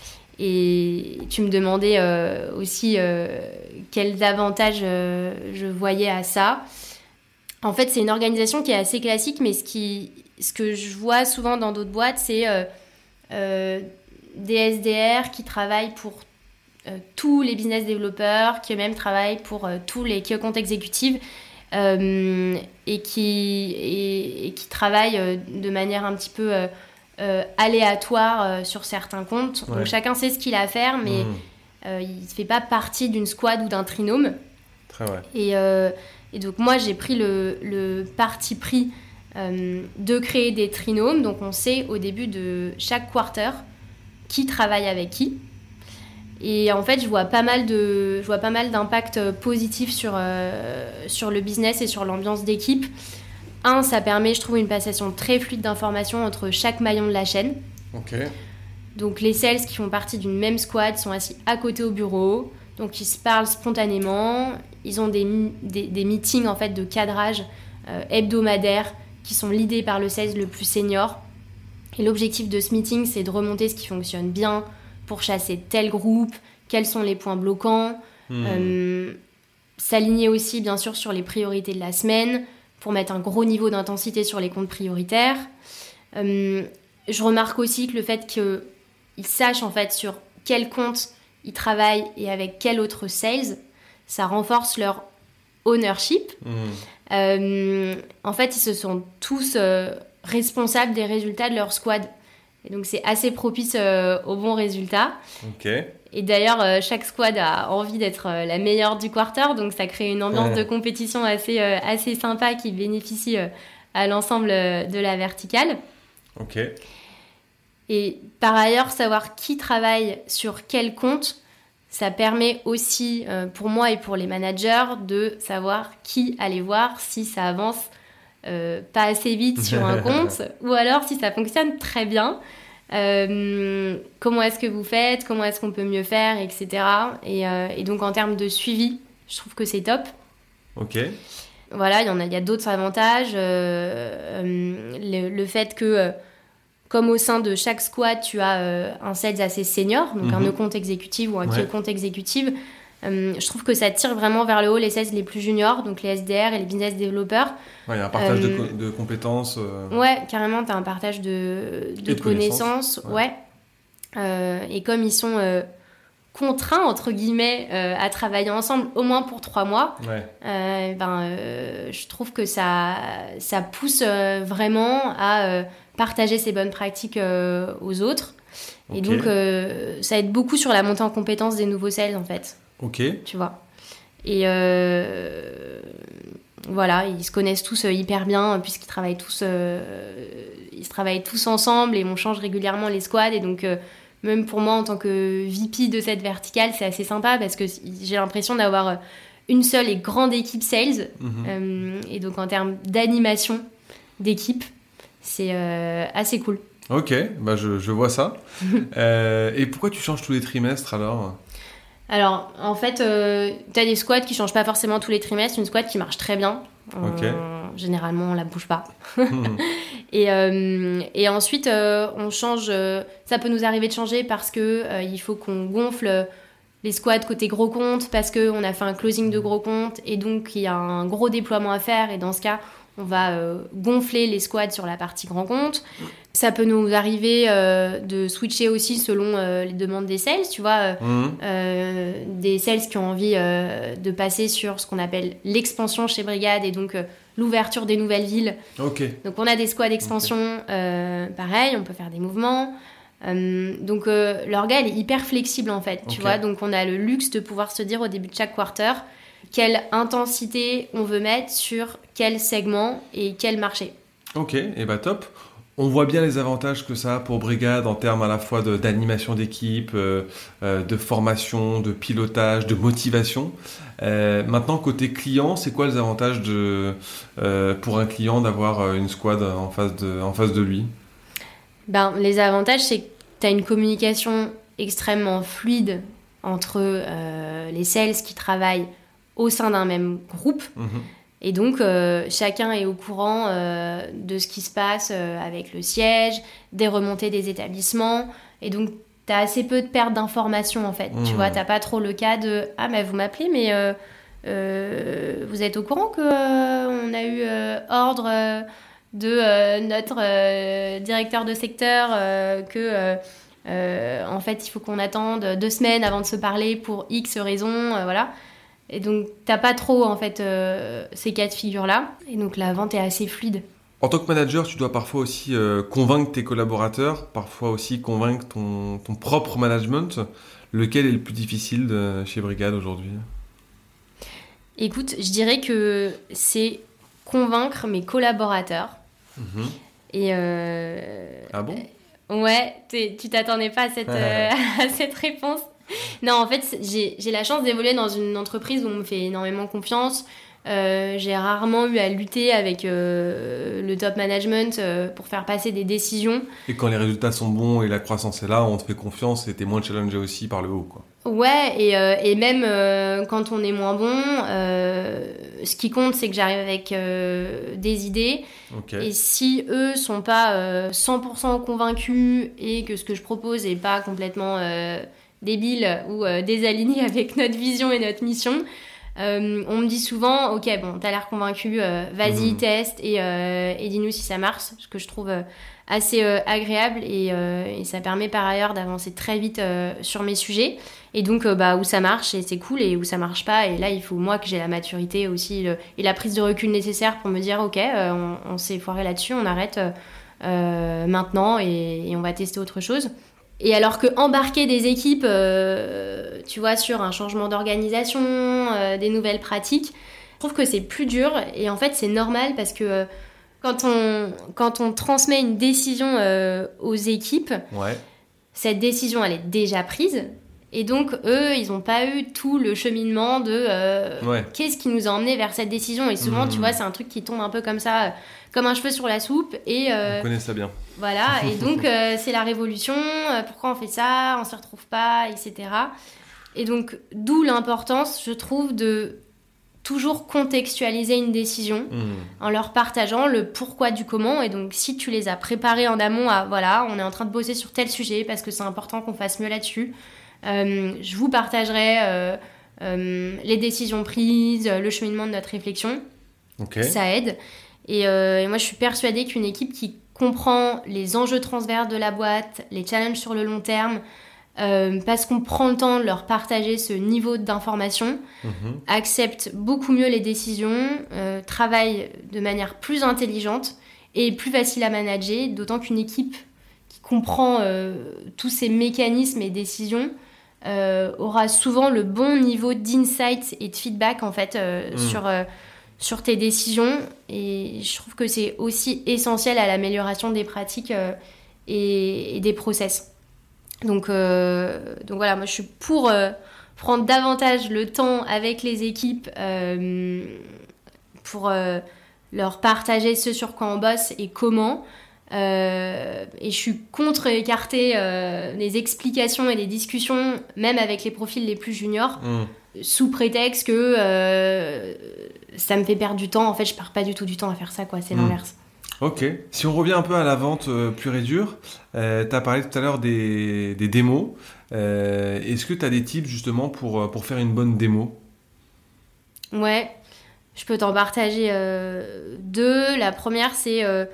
Et tu me demandais euh, aussi euh, quels avantages euh, je voyais à ça. En fait, c'est une organisation qui est assez classique, mais ce, qui, ce que je vois souvent dans d'autres boîtes, c'est euh, euh, des S D R qui travaillent pour euh, tous les business développeurs, qui eux-mêmes travaillent pour euh, tous les key account exécutifs euh, et, qui, et, et qui travaillent euh, de manière un petit peu... Euh, Euh, aléatoire euh, sur certains comptes. Ouais. Donc chacun sait ce qu'il a à faire, mais mmh. euh, il ne fait pas partie d'une squad ou d'un trinôme. Très ouais. Et, euh, et donc moi, j'ai pris le, le parti pris euh, de créer des trinômes. Donc on sait au début de chaque quarter qui travaille avec qui. Et en fait, je vois pas mal, de, je vois pas mal d'impact positif sur, euh, sur le business et sur l'ambiance d'équipe. Un, ça permet, je trouve, une passation très fluide d'informations entre chaque maillon de la chaîne. Okay. Donc, les sales qui font partie d'une même squad sont assis à côté au bureau. Donc, ils se parlent spontanément. Ils ont des, des, des meetings, en fait, de cadrage euh, hebdomadaires qui sont leadés par le sales le plus senior. Et l'objectif de ce meeting, c'est de remonter ce qui fonctionne bien pour chasser tel groupe, quels sont les points bloquants. Mmh. Euh, s'aligner aussi, bien sûr, sur les priorités de la semaine, pour mettre un gros niveau d'intensité sur les comptes prioritaires. Euh, je remarque aussi que le fait qu'ils sachent en fait sur quel compte ils travaillent et avec quel autre sales, ça renforce leur ownership. Mmh. Euh, en fait, ils se sont tous euh, responsables des résultats de leur squad. Et donc, c'est assez propice euh, aux bons résultats. Okay. Et d'ailleurs, euh, chaque squad a envie d'être euh, la meilleure du quarter, donc ça crée une ambiance ouais. de compétition assez, euh, assez sympa qui bénéficie euh, à l'ensemble euh, de la verticale. Ok. Et par ailleurs, savoir qui travaille sur quel compte, ça permet aussi, euh, pour moi et pour les managers, de savoir qui aller voir si ça avance euh, pas assez vite sur un compte, ou alors si ça fonctionne très bien. Euh, comment est-ce que vous faites, comment est-ce qu'on peut mieux faire, et cetera. Et, euh, et donc en termes de suivi, je trouve que c'est top. Ok. Voilà, il y en a, il y a d'autres avantages. Euh, euh, le, le fait que euh, comme au sein de chaque squad, tu as euh, un sales assez senior, donc mm-hmm. un compte exécutif ou un ouais. key compte exécutif. Euh, je trouve que ça tire vraiment vers le haut les sales les plus juniors, donc les S D R et les business développeurs. Ouais, il y a un partage euh, de, co- de compétences. Euh... Ouais, carrément, tu as un partage de, de, de connaissances. connaissances. Ouais. ouais. Euh, et comme ils sont euh, contraints, entre guillemets, euh, à travailler ensemble, au moins pour trois mois, ouais. euh, ben, euh, je trouve que ça, ça pousse euh, vraiment à euh, partager ces bonnes pratiques euh, aux autres. Okay. Et donc, euh, ça aide beaucoup sur la montée en compétences des nouveaux sales, en fait. Ok. Tu vois. Et euh, voilà, ils se connaissent tous euh, hyper bien puisqu'ils travaillent tous, euh, ils travaillent tous ensemble et on change régulièrement les squads. Et donc, euh, même pour moi, en tant que V P de cette verticale, c'est assez sympa parce que j'ai l'impression d'avoir une seule et grande équipe sales. Mm-hmm. Euh, et donc, en termes d'animation d'équipe, c'est euh, assez cool. Ok, bah je, je vois ça. euh, et pourquoi tu changes tous les trimestres alors ? Alors, en fait, euh, tu as des squads qui ne changent pas forcément tous les trimestres. Une squad qui marche très bien. Okay. Euh, généralement, on ne la bouge pas. mmh. et, euh, et ensuite, euh, on change. Euh, ça peut nous arriver de changer parce qu'il euh, faut qu'on gonfle les squads côté gros compte parce qu'on a fait un closing de gros compte et donc il y a un gros déploiement à faire. Et dans ce cas, on va euh, gonfler les squads sur la partie grand compte. Ça peut nous arriver euh, de switcher aussi selon euh, les demandes des sales, tu vois, euh, mmh. euh, des sales qui ont envie euh, de passer sur ce qu'on appelle l'expansion chez Brigade et donc euh, l'ouverture des nouvelles villes. Okay. Donc on a des squads d'expansion, okay. euh, pareil, on peut faire des mouvements. Euh, donc euh, l'orga, elle est hyper flexible en fait, tu okay. vois, donc on a le luxe de pouvoir se dire au début de chaque quarter quelle intensité on veut mettre sur quel segment et quel marché. Ok, et bah top. On voit bien les avantages que ça a pour Brigade en termes à la fois de, d'animation d'équipe, euh, euh, de formation, de pilotage, de motivation. Euh, maintenant, côté client, c'est quoi les avantages de, euh, pour un client d'avoir une squad en face de, en face de lui ? Ben, les avantages, c'est que tu as une communication extrêmement fluide entre euh, les sales qui travaillent au sein d'un même groupe. Mmh. Et donc, euh, chacun est au courant euh, de ce qui se passe euh, avec le siège, des remontées des établissements. Et donc, tu as assez peu de perte d'informations, en fait. Mmh. Tu vois, tu n'as pas trop le cas de « Ah, mais vous m'appelez, mais euh, euh, vous êtes au courant qu'on euh, a eu euh, ordre euh, de euh, notre euh, directeur de secteur euh, que... Euh, euh, en fait, il faut qu'on attende deux semaines avant de se parler pour X raisons, euh, voilà. » Et donc, t'as pas trop, en fait, euh, ces cas de figure-là. Et donc, la vente est assez fluide. En tant que manager, tu dois parfois aussi euh, convaincre tes collaborateurs, parfois aussi convaincre ton, ton propre management. Lequel est le plus difficile de, chez Brigade aujourd'hui ? Écoute, je dirais que c'est convaincre mes collaborateurs. Mmh. Et euh... Ah bon ? Ouais, tu t'attendais pas à cette, euh, à cette réponse. Non, en fait, j'ai, j'ai la chance d'évoluer dans une entreprise où on me fait énormément confiance. Euh, j'ai rarement eu à lutter avec euh, le top management euh, pour faire passer des décisions. Et quand les résultats sont bons et la croissance est là, on te fait confiance et t'es moins challengé aussi par le haut, quoi. Ouais, et, euh, et même euh, quand on est moins bon, euh, ce qui compte, c'est que j'arrive avec euh, des idées. Okay. Et si eux sont pas euh, cent pour cent convaincus et que ce que je propose est pas complètement euh, débile ou euh, désaligné avec notre vision et notre mission, Euh, on me dit souvent, ok, bon, t'as l'air convaincu, euh, vas-y, mmh. teste et, euh, et dis-nous si ça marche, ce que je trouve euh, assez euh, agréable et, euh, et ça permet par ailleurs d'avancer très vite euh, sur mes sujets. Et donc, euh, bah, où ça marche, et c'est cool, et où ça marche pas, et là, il faut moi que j'ai la maturité aussi le, et la prise de recul nécessaire pour me dire, ok, euh, on, on s'est foiré là-dessus, on arrête euh, maintenant et, et on va tester autre chose. Et alors que embarquer des équipes, euh, tu vois, sur un changement d'organisation, euh, des nouvelles pratiques, je trouve que c'est plus dur. Et en fait, c'est normal parce que euh, quand, on, quand on transmet une décision euh, aux équipes, ouais. cette décision, elle est déjà prise. Et donc, eux, ils n'ont pas eu tout le cheminement de euh, ouais. qu'est-ce qui nous a emmenés vers cette décision. Et souvent, mmh. tu vois, c'est un truc qui tombe un peu comme ça, euh, comme un cheveu sur la soupe. Et, euh, on connaît ça bien. Voilà, et donc, euh, c'est la révolution. Euh, pourquoi on fait ça ? On ne s'y retrouve pas, et cetera. Et donc, d'où l'importance, je trouve, de toujours contextualiser une décision mmh. en leur partageant le pourquoi du comment. Et donc, si tu les as préparés en amont à, voilà, on est en train de bosser sur tel sujet parce que c'est important qu'on fasse mieux là-dessus, euh, je vous partagerai euh, euh, les décisions prises, le cheminement de notre réflexion. Okay. Ça aide. Et, euh, et moi, je suis persuadée qu'une équipe qui comprend les enjeux transverses de la boîte, les challenges sur le long terme, Euh, parce qu'on prend le temps de leur partager ce niveau d'information, mmh. accepte beaucoup mieux les décisions, euh, travaille de manière plus intelligente et plus facile à manager, d'autant qu'une équipe qui comprend euh, tous ces mécanismes et décisions euh, aura souvent le bon niveau d'insight et de feedback en fait, euh, mmh. sur, euh, sur tes décisions. Et je trouve que c'est aussi essentiel à l'amélioration des pratiques euh, et, et des process. Donc, euh, donc voilà, moi je suis pour euh, prendre davantage le temps avec les équipes euh, pour euh, leur partager ce sur quoi on bosse et comment. Euh, et je suis contre écarter euh, les explications et les discussions, même avec les profils les plus juniors, mmh. sous prétexte que euh, ça me fait perdre du temps. En fait, je perds pas du tout du temps à faire ça, quoi. C'est mmh. l'inverse. Ok. Si on revient un peu à la vente euh, pure et dure, euh, tu as parlé tout à l'heure des, des démos. Euh, est-ce que tu as des tips justement pour, pour faire une bonne démo ? Ouais, je peux t'en partager euh, deux. La première, c'est euh,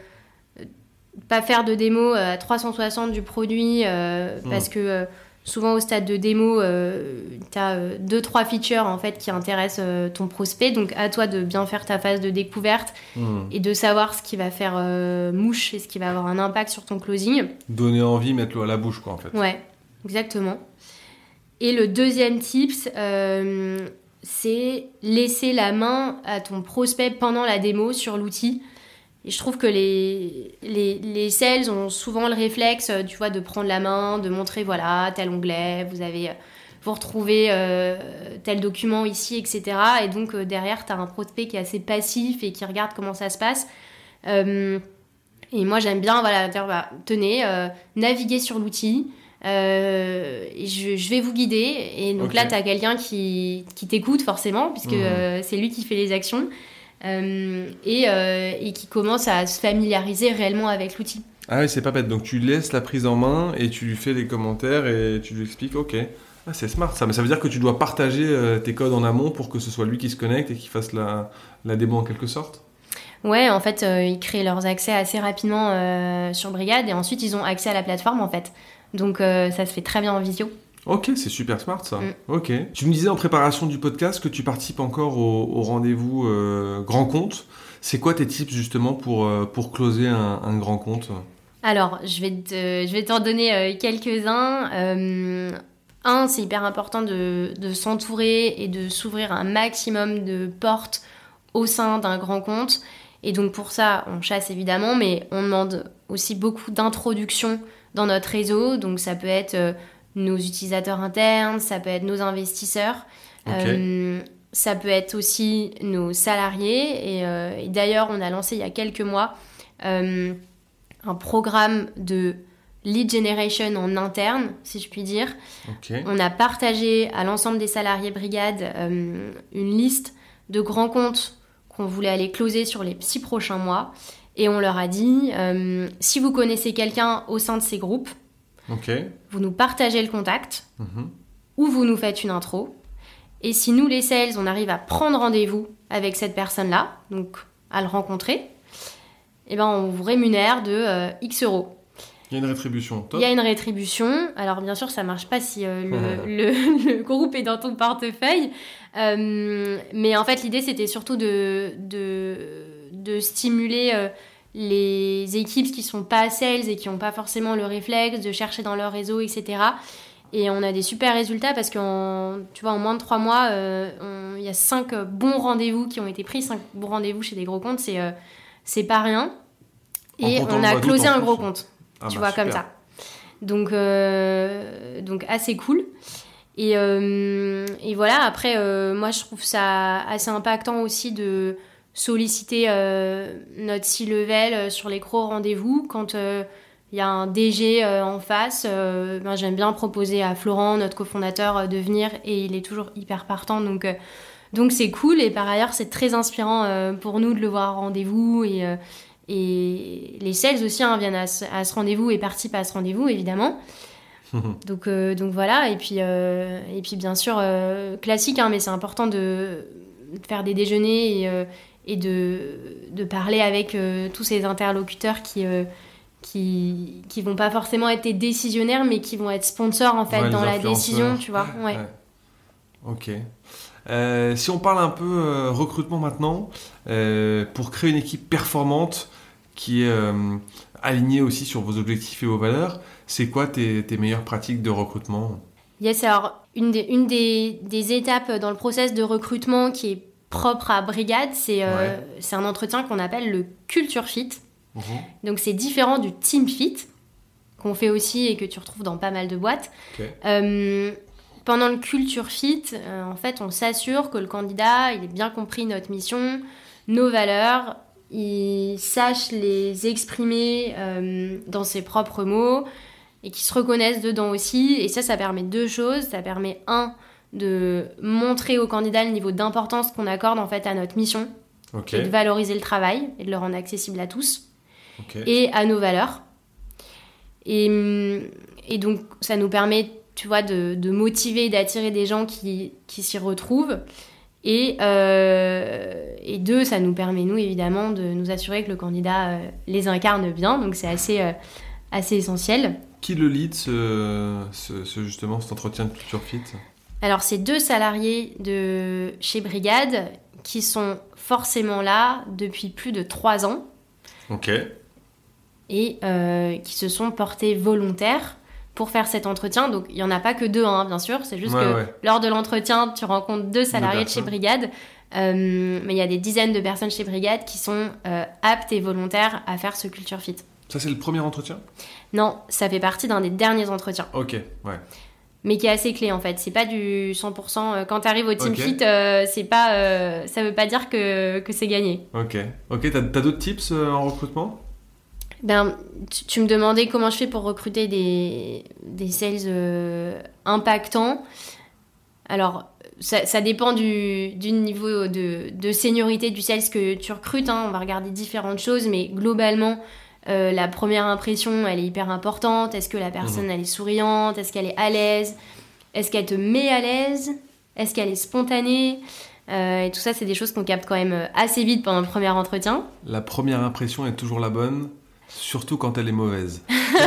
pas faire de démo à trois cent soixante du produit euh, mmh. parce que euh, souvent au stade de démo, euh, tu as euh, deux trois features en fait, qui intéressent euh, ton prospect. Donc à toi de bien faire ta phase de découverte mmh. et de savoir ce qui va faire euh, mouche et ce qui va avoir un impact sur ton closing. Donner envie, mettre l'eau à la bouche, quoi, en fait. Ouais, exactement. Et le deuxième tips, euh, c'est laisser la main à ton prospect pendant la démo sur l'outil. Et je trouve que les, les, les sales ont souvent le réflexe, tu vois, de prendre la main, de montrer, voilà, tel onglet, vous avez, vous retrouvez euh, tel document ici, et cetera. Et donc, euh, derrière, tu as un prospect qui est assez passif et qui regarde comment ça se passe. Euh, et moi, j'aime bien, voilà, dire, bah, tenez, euh, naviguez sur l'outil, euh, et je, je vais vous guider. Et donc okay. là, tu as quelqu'un qui, qui t'écoute, forcément, puisque mmh. euh, c'est lui qui fait les actions. Euh, et, euh, et qui commence à se familiariser réellement avec l'outil. Ah oui, c'est pas bête. Donc tu laisses la prise en main et tu lui fais les commentaires et tu lui expliques, ok, ah, c'est smart ça. Mais ça veut dire que tu dois partager euh, tes codes en amont pour que ce soit lui qui se connecte et qui fasse la, la démo en quelque sorte. Ouais, en fait, euh, ils créent leurs accès assez rapidement euh, sur Brigade et ensuite ils ont accès à la plateforme en fait. Donc euh, ça se fait très bien en visio. Ok, c'est super smart ça. Mm. Ok. Tu me disais en préparation du podcast que tu participes encore au, au rendez-vous euh, grand compte. C'est quoi tes tips justement pour, euh, pour closer un, un grand compte ? Alors, je vais, te, je vais t'en donner euh, quelques-uns. Euh, un, c'est hyper important de, de s'entourer et de s'ouvrir un maximum de portes au sein d'un grand compte. Et donc pour ça, on chasse évidemment, mais on demande aussi beaucoup d'introduction dans notre réseau. Donc ça peut être... Euh, nos utilisateurs internes, ça peut être nos investisseurs, okay. euh, ça peut être aussi nos salariés. Et, euh, et d'ailleurs, on a lancé il y a quelques mois euh, un programme de lead generation en interne, si je puis dire. Okay. On a partagé à l'ensemble des salariés Brigade euh, une liste de grands comptes qu'on voulait aller closer sur les six prochains mois. Et on leur a dit, euh, si vous connaissez quelqu'un au sein de ces groupes, okay. vous nous partagez le contact mmh. ou vous nous faites une intro. Et si nous, les sales, on arrive à prendre rendez-vous avec cette personne-là, donc à le rencontrer, eh ben, on vous rémunère de euh, X euros. Il y a une rétribution, top. Il y a une rétribution. Alors, bien sûr, ça ne marche pas si euh, le, mmh. le, le groupe est dans ton portefeuille. Euh, mais en fait, l'idée, c'était surtout de, de, de stimuler... Euh, les équipes qui sont pas sales et qui n'ont pas forcément le réflexe de chercher dans leur réseau, et cetera. Et on a des super résultats parce qu'en tu vois, en moins de trois mois, il euh, y a cinq bons rendez-vous qui ont été pris, cinq bons rendez-vous chez des gros comptes, c'est, euh, c'est pas rien. Et on a closé un gros compte, ah tu bah vois, super. Comme ça. Donc, euh, donc assez cool. Et, euh, et voilà, après, euh, moi je trouve ça assez impactant aussi de solliciter euh, notre C-level sur les gros rendez-vous. Quand il euh, y a un D G euh, en face, euh, ben, j'aime bien proposer à Florent, notre cofondateur, euh, de venir, et il est toujours hyper partant. Donc, euh, donc c'est cool, et par ailleurs c'est très inspirant euh, pour nous de le voir en rendez-vous, et, euh, et les sales aussi hein, viennent à ce, à ce rendez-vous et participent à ce rendez-vous évidemment. donc, euh, donc voilà, et puis, euh, et puis bien sûr euh, classique, hein, mais c'est important de, de faire des déjeuners et, euh, et de, de parler avec euh, tous ces interlocuteurs qui... Euh, qui qui vont pas forcément être décisionnaires, mais qui vont être sponsors en fait ouais, dans la décision, tu vois. Ouais. ouais. Ok. Euh, si on parle un peu euh, recrutement maintenant, euh, pour créer une équipe performante qui est euh, alignée aussi sur vos objectifs et vos valeurs, c'est quoi tes, tes meilleures pratiques de recrutement ? Yes, alors une des une des, des étapes dans le process de recrutement qui est propre à Brigade, c'est euh, ouais. c'est un entretien qu'on appelle le culture fit. Mmh. Donc c'est différent du team fit qu'on fait aussi et que tu retrouves dans pas mal de boîtes. Okay. Euh, pendant le culture fit, euh, en fait, on s'assure que le candidat il ait bien compris notre mission, nos valeurs, il sache les exprimer euh, dans ses propres mots et qu'il se reconnaisse dedans aussi. Et ça, ça permet deux choses. Ça permet un de montrer au candidat le niveau d'importance qu'on accorde en fait à notre mission, okay. et de valoriser le travail et de le rendre accessible à tous. Okay. Et à nos valeurs. Et, et donc, ça nous permet, tu vois, de, de motiver et d'attirer des gens qui, qui s'y retrouvent. Et, euh, et deux, ça nous permet, nous, évidemment, de nous assurer que le candidat euh, les incarne bien. Donc, c'est assez, euh, assez essentiel. Qui le lead, ce, ce, ce, justement, cet entretien de culture fit ? Alors, c'est deux salariés de chez Brigade qui sont forcément là depuis plus de trois ans. Ok. Et euh, qui se sont portés volontaires pour faire cet entretien. Donc, il n'y en a pas que deux, hein, bien sûr. C'est juste ouais, que ouais. lors de l'entretien, tu rencontres deux salariés de chez Brigade. Euh, mais il y a des dizaines de personnes chez Brigade qui sont euh, aptes et volontaires à faire ce culture fit. Ça, c'est le premier entretien ? Non, ça fait partie d'un des derniers entretiens. Ok, ouais. Mais qui est assez clé, en fait. C'est pas du cent pour cent. Quand tu arrives au team okay. fit, euh, c'est pas, euh, ça veut pas dire que, que c'est gagné. Ok. Ok, t'as, t'as d'autres tips euh, en recrutement ? Ben, tu, tu me demandais comment je fais pour recruter des, des sales euh, impactants. Alors, ça, ça dépend du, du niveau de, de seniorité du sales que tu recrutes. Hein. On va regarder différentes choses, mais globalement, euh, la première impression, elle est hyper importante. Est-ce que la personne, mmh. elle est souriante ? Est-ce qu'elle est à l'aise ? Est-ce qu'elle te met à l'aise ? Est-ce qu'elle est spontanée ? Euh, et tout ça, c'est des choses qu'on capte quand même assez vite pendant le premier entretien. La première impression est toujours la bonne ? Surtout quand elle est mauvaise.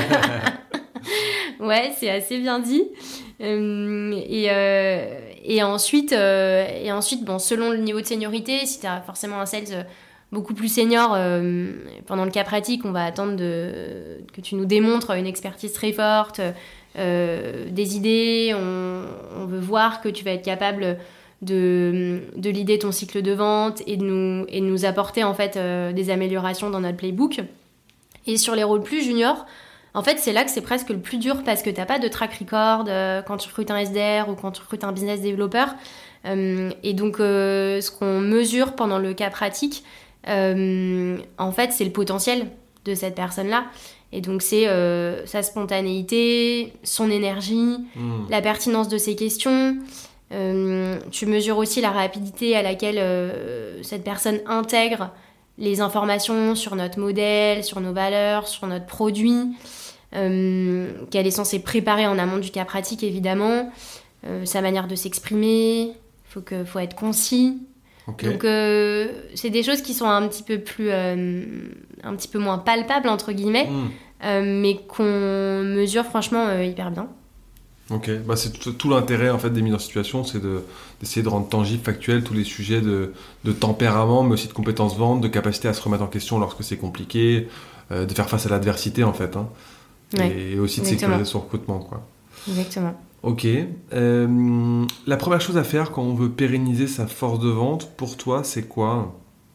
Ouais, c'est assez bien dit. Euh, et, euh, et ensuite, euh, et ensuite bon, selon le niveau de seniorité, si tu as forcément un sales beaucoup plus senior, euh, pendant le cas pratique, on va attendre de, que tu nous démontres une expertise très forte, euh, des idées. On, on veut voir que tu vas être capable de, de leader ton cycle de vente et de nous, et de nous apporter en fait, euh, des améliorations dans notre playbook. Et sur les rôles plus juniors, en fait, c'est là que c'est presque le plus dur parce que tu n'as pas de track record euh, quand tu recrutes un S D R ou quand tu recrutes un business developer. Euh, et donc, euh, ce qu'on mesure pendant le cas pratique, euh, en fait, c'est le potentiel de cette personne-là. Et donc, c'est euh, sa spontanéité, son énergie, mmh. la pertinence de ses questions. Euh, tu mesures aussi la rapidité à laquelle euh, cette personne intègre les informations sur notre modèle, sur nos valeurs, sur notre produit, euh, qu'elle est censée préparer en amont du cas pratique, évidemment, euh, sa manière de s'exprimer, il faut, que, faut être concis. Okay. Donc, euh, c'est des choses qui sont un petit peu plus, euh, un petit peu moins palpables, entre guillemets, mmh. euh, mais qu'on mesure franchement euh, hyper bien. Ok, bah c'est tout, tout l'intérêt en fait des mises en situation, c'est de, d'essayer de rendre tangible, factuel tous les sujets de, de tempérament, mais aussi de compétences vente, de capacité à se remettre en question lorsque c'est compliqué, euh, de faire face à l'adversité en fait, hein, ouais, et aussi de exactement. Sécuriser son recrutement, quoi. Exactement. Ok, euh, la première chose à faire quand on veut pérenniser sa force de vente, pour toi, c'est quoi ?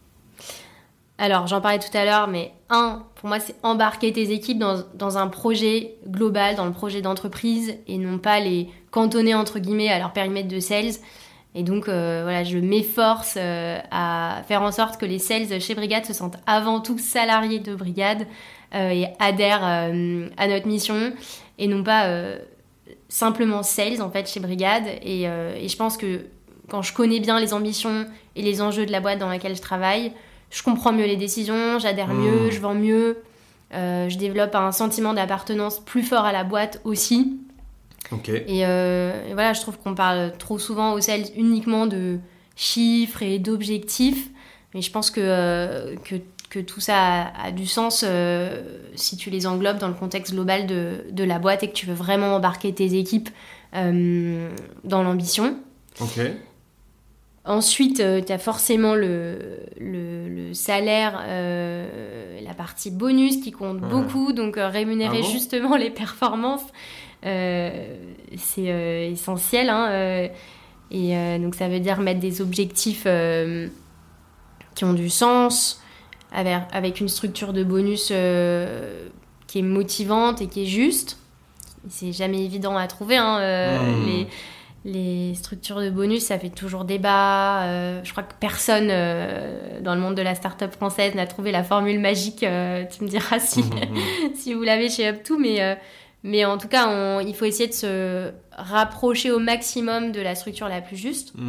Alors, j'en parlais tout à l'heure, mais un, pour moi, c'est embarquer tes équipes dans, dans un projet global, dans le projet d'entreprise, et non pas les cantonner, entre guillemets, à leur périmètre de sales. Et donc, euh, voilà, je m'efforce euh, à faire en sorte que les sales chez Brigade se sentent avant tout salariés de Brigade euh, et adhèrent euh, à notre mission, et non pas euh, simplement sales, en fait, chez Brigade. Et, euh, et je pense que quand je connais bien les ambitions et les enjeux de la boîte dans laquelle je travaille, je comprends mieux les décisions, j'adhère mmh. mieux, je vends mieux, euh, je développe un sentiment d'appartenance plus fort à la boîte aussi. Okay. Et, euh, et voilà, je trouve qu'on parle trop souvent aux sales uniquement de chiffres et d'objectifs, mais je pense que, euh, que, que tout ça a, a du sens euh, si tu les englobes dans le contexte global de, de la boîte et que tu veux vraiment embarquer tes équipes euh, dans l'ambition. Ok. Ensuite, euh, tu as forcément le, le, le salaire, euh, la partie bonus qui compte ouais. beaucoup, donc euh, rémunérer ah bon justement les performances, euh, c'est euh, essentiel. Hein, euh, et euh, donc ça veut dire mettre des objectifs euh, qui ont du sens, avec, avec une structure de bonus euh, qui est motivante et qui est juste. C'est jamais évident à trouver, hein, euh, mmh. les... Les structures de bonus, ça fait toujours débat. Euh, je crois que personne euh, dans le monde de la start-up française n'a trouvé la formule magique. Euh, tu me diras si, mmh. si vous l'avez chez Up deux. Mais, euh, mais en tout cas, on, il faut essayer de se rapprocher au maximum de la structure la plus juste. Mmh.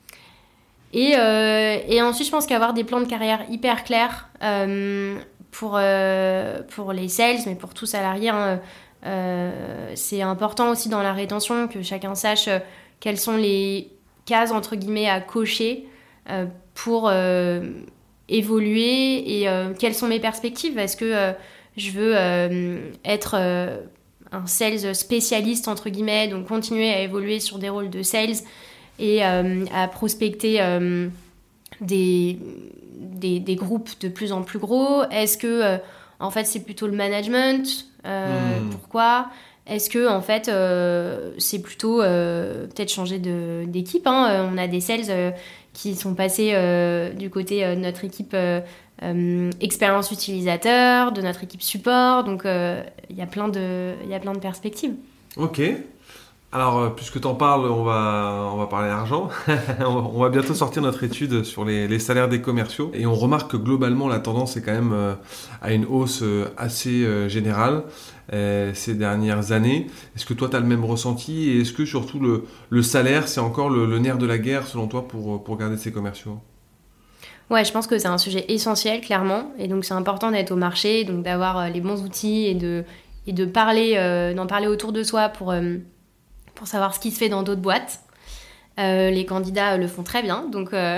Et, euh, et ensuite, je pense qu'avoir des plans de carrière hyper clairs euh, pour, euh, pour les sales, mais pour tout salarié, hein, euh, c'est important aussi dans la rétention que chacun sache euh, quelles sont les cases entre guillemets à cocher euh, pour euh, évoluer et euh, quelles sont mes perspectives. Est-ce que euh, je veux euh, être euh, un sales spécialiste entre guillemets, donc continuer à évoluer sur des rôles de sales et euh, à prospecter euh, des, des, des groupes de plus en plus gros? Est-ce que euh, en fait c'est plutôt le management? Euh, mmh. Pourquoi? Est-ce que en fait euh, c'est plutôt euh, peut-être changer de, d'équipe, hein. On a des sales euh, qui sont passés euh, du côté euh, de notre équipe euh, euh, expérience utilisateur, de notre équipe support, donc il euh, y a plein de il y a plein de perspectives. Ok. Alors, puisque tu en parles, on va, on va parler argent. On va bientôt sortir notre étude sur les, les salaires des commerciaux. Et on remarque que globalement, la tendance est quand même euh, à une hausse euh, assez euh, générale euh, ces dernières années. Est-ce que toi, tu as le même ressenti? Et est-ce que surtout le, le salaire, c'est encore le, le nerf de la guerre, selon toi, pour, pour garder ces commerciaux? Ouais, je pense que c'est un sujet essentiel, clairement. Et donc, c'est important d'être au marché, donc d'avoir les bons outils et de, et de parler, euh, d'en parler autour de soi pour... Euh, pour savoir ce qui se fait dans d'autres boîtes. Euh, les candidats le font très bien, donc, euh...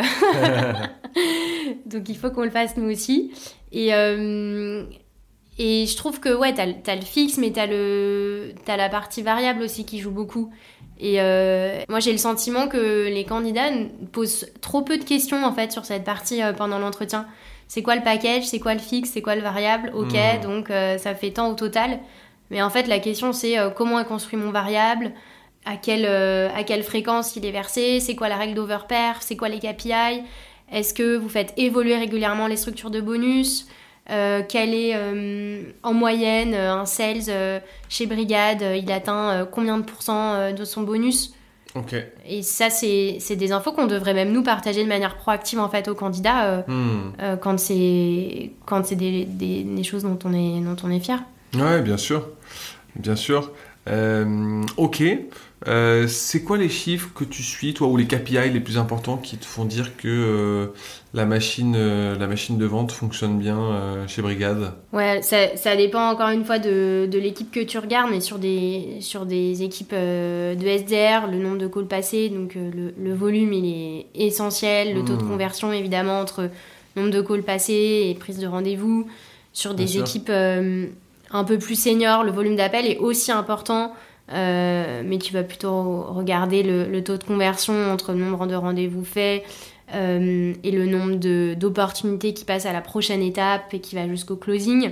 donc il faut qu'on le fasse nous aussi. Et, euh... et je trouve que ouais, t'as, t'as le fixe, mais t'as, le... t'as la partie variable aussi qui joue beaucoup. Et euh... moi, j'ai le sentiment que les candidats posent trop peu de questions en fait, sur cette partie euh, pendant l'entretien. C'est quoi le package? C'est quoi le fixe? C'est quoi le variable? Ok, mmh. donc euh, ça fait tant au total. Mais en fait, la question, c'est euh, comment est construit mon variable? À quelle, euh, à quelle fréquence il est versé, c'est quoi la règle d'overperf, c'est quoi les K P I, est-ce que vous faites évoluer régulièrement les structures de bonus, euh, quel est euh, en moyenne un sales euh, chez Brigade, euh, il atteint euh, combien de pourcents euh, de son bonus. Okay. Et ça, c'est, c'est des infos qu'on devrait même nous partager de manière proactive en fait aux candidats euh, hmm. euh, quand c'est, quand c'est des, des, des choses dont on est, dont on est fier. Ouais, bien sûr, bien sûr. Euh, ok. Euh, c'est quoi les chiffres que tu suis, toi, ou les K P I les plus importants qui te font dire que euh, la machine, euh, la machine de vente fonctionne bien euh, chez Brigade? Ouais, ça, ça dépend encore une fois de, de l'équipe que tu regardes, mais sur des, sur des équipes euh, de S D R, le nombre de calls passés, donc euh, le, le volume, il est essentiel, le mmh. taux de conversion, évidemment, entre nombre de calls passés et prise de rendez-vous. Sur des équipes euh, un peu plus seniors, le volume d'appels est aussi important. Euh, mais tu vas plutôt regarder le, le taux de conversion entre le nombre de rendez-vous faits euh, et le nombre de, d'opportunités qui passent à la prochaine étape et qui va jusqu'au closing.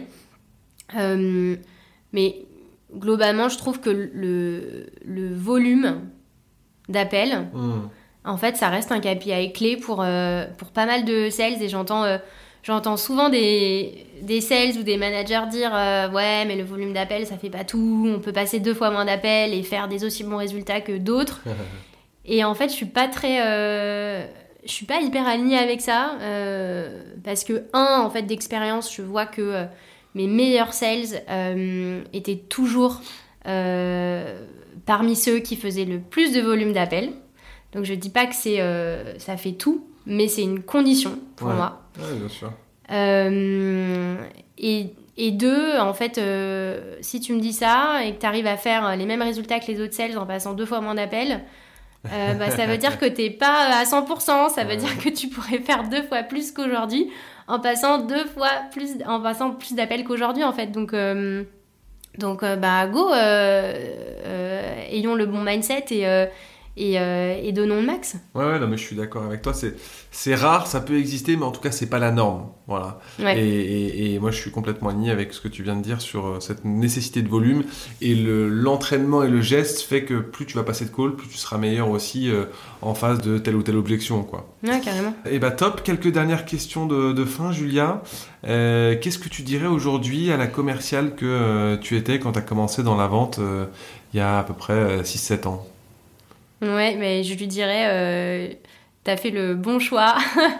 Euh, mais globalement, je trouve que le, le volume d'appels, mmh. en fait, ça reste un K P I clé pour, euh, pour pas mal de sales. Et j'entends... Euh, J'entends souvent des, des sales ou des managers dire euh, « Ouais, mais le volume d'appels, ça fait pas tout. On peut passer deux fois moins d'appels et faire des aussi bons résultats que d'autres. » Et en fait, je suis pas très... Euh, je suis pas hyper alignée avec ça. Euh, parce que, un, en fait, d'expérience, je vois que euh, mes meilleurs sales euh, étaient toujours euh, parmi ceux qui faisaient le plus de volume d'appels. Donc je dis pas que c'est, euh, ça fait tout, mais c'est une condition pour ouais. moi. Ouais, bien sûr. Euh, et, et deux, en fait, euh, si tu me dis ça et que tu arrives à faire les mêmes résultats que les autres sales en passant deux fois moins d'appels, euh, bah, ça veut dire que t'es pas à cent pour cent. Ça veut ouais. dire que tu pourrais faire deux fois plus qu'aujourd'hui en passant deux fois plus, en passant plus d'appels qu'aujourd'hui, en fait. Donc, euh, donc euh, bah, go, euh, euh, ayons le bon mindset et... Euh, Et, euh, et donnons le max. Ouais, ouais, non, mais je suis d'accord avec toi. C'est, c'est rare, ça peut exister, mais en tout cas, c'est pas la norme. Voilà. Ouais. Et, et, et moi, je suis complètement aligné avec ce que tu viens de dire sur cette nécessité de volume. Et le, l'entraînement et le geste fait que plus tu vas passer de call, plus tu seras meilleur aussi euh, en face de telle ou telle objection, quoi. Ouais, carrément. Et bah top. Quelques dernières questions de, de fin, Julia. Euh, qu'est-ce que tu dirais aujourd'hui à la commerciale que euh, tu étais quand tu as commencé dans la vente euh, il y a à peu près euh, six sept ans? Ouais, mais je lui dirais, euh, t'as fait le bon choix.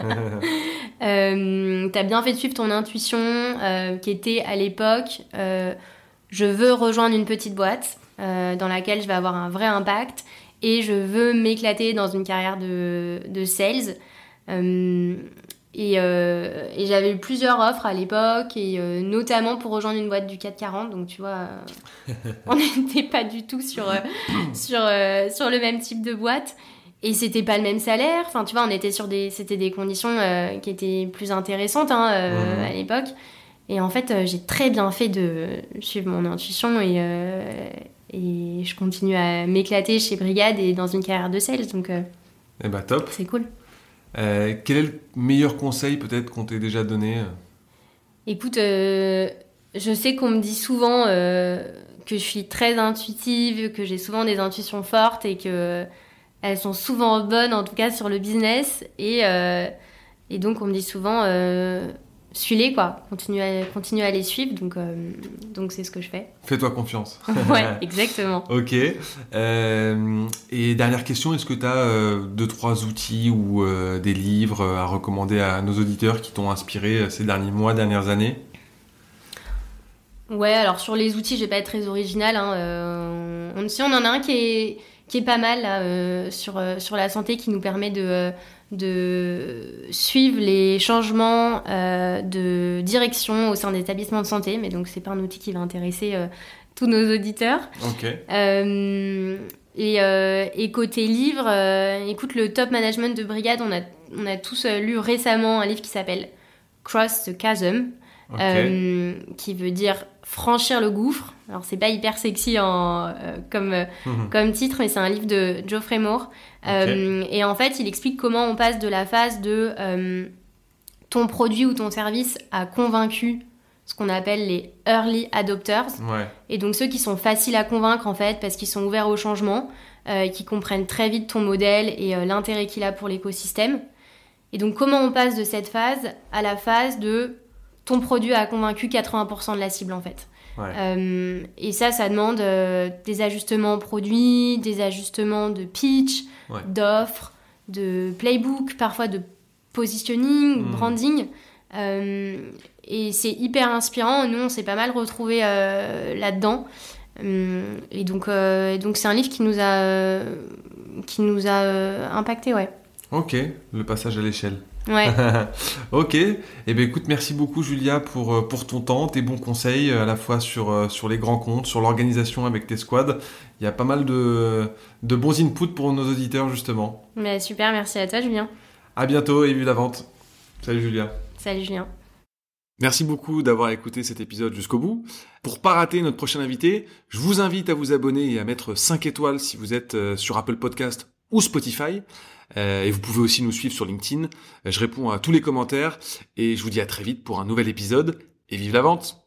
euh, t'as bien fait de suivre ton intuition, euh, qui était à l'époque, euh, je veux rejoindre une petite boîte euh, dans laquelle je vais avoir un vrai impact et je veux m'éclater dans une carrière de, de sales. Euh, et, euh, et j'avais eu plusieurs offres à l'époque, et euh, notamment pour rejoindre une boîte du C A C quarante. Donc tu vois, euh, on n'était pas du tout sur, euh, sur, euh, sur le même type de boîte. Et c'était pas le même salaire. Enfin, tu vois, on était sur des, c'était des conditions euh, qui étaient plus intéressantes hein, euh, mmh. à l'époque. Et en fait, euh, j'ai très bien fait de suivre mon intuition et, euh, et je continue à m'éclater chez Brigade et dans une carrière de sales. Donc, euh, eh ben, top. C'est cool. Euh, quel est le meilleur conseil peut-être qu'on t'ait déjà donné? Écoute, euh, je sais qu'on me dit souvent euh, que je suis très intuitive, que j'ai souvent des intuitions fortes et que elles sont souvent bonnes, en tout cas sur le business. Et, euh, et donc on me dit souvent, euh, suis-les quoi, continue à, continue à les suivre. Donc euh, donc c'est ce que je fais. Fais-toi confiance. Ouais, exactement. Ok. Euh, et dernière question, est-ce que tu as euh, deux, trois outils ou euh, des livres à recommander à nos auditeurs qui t'ont inspiré ces derniers mois, dernières années? Ouais, alors sur les outils, je vais pas être très originale. Hein. Euh, on, si on en a un qui est, qui est pas mal là, euh, sur, euh, sur la santé, qui nous permet de, de suivre les changements euh, de direction au sein des établissements de santé. Mais donc, c'est pas un outil qui va intéresser euh, tous nos auditeurs. Ok. Euh, et, euh, et côté livre, euh, écoute, le Top Management de Brigade, on a, on a tous euh, lu récemment un livre qui s'appelle Cross the Chasm. Okay. Euh, qui veut dire franchir le gouffre. Alors c'est pas hyper sexy en, euh, comme, mmh. comme titre, mais c'est un livre de Geoffrey Moore. Euh, okay. Et en fait, il explique comment on passe de la phase de euh, ton produit ou ton service a convaincu ce qu'on appelle les early adopters. Ouais. Et donc ceux qui sont faciles à convaincre en fait, parce qu'ils sont ouverts au changement, euh, qui comprennent très vite ton modèle et euh, l'intérêt qu'il a pour l'écosystème. Et donc comment on passe de cette phase à la phase de ton produit a convaincu quatre-vingts pour cent de la cible en fait. Ouais. Euh, et ça, ça demande euh, des ajustements produits, des ajustements de pitch, ouais. d'offres, de playbook, parfois de positioning, mmh. branding. Euh, et c'est hyper inspirant. Nous, on s'est pas mal retrouvés euh, là-dedans. Euh, et donc, euh, donc, c'est un livre qui nous a, euh, qui nous a euh, impacté, ouais. Ok, le passage à l'échelle. Ouais. Ok. Eh ben écoute, merci beaucoup Julia pour pour ton temps, tes bons conseils à la fois sur sur les grands comptes, sur l'organisation avec tes squads. Il y a pas mal de de bons inputs pour nos auditeurs justement. Mais super, merci à toi Julien. À bientôt et vive la vente. Salut Julia. Salut Julien. Merci beaucoup d'avoir écouté cet épisode jusqu'au bout. Pour pas rater notre prochain invité, je vous invite à vous abonner et à mettre cinq étoiles si vous êtes sur Apple Podcast ou Spotify. Euh, et vous pouvez aussi nous suivre sur LinkedIn. Je réponds à tous les commentaires et je vous dis à très vite pour un nouvel épisode et vive la vente!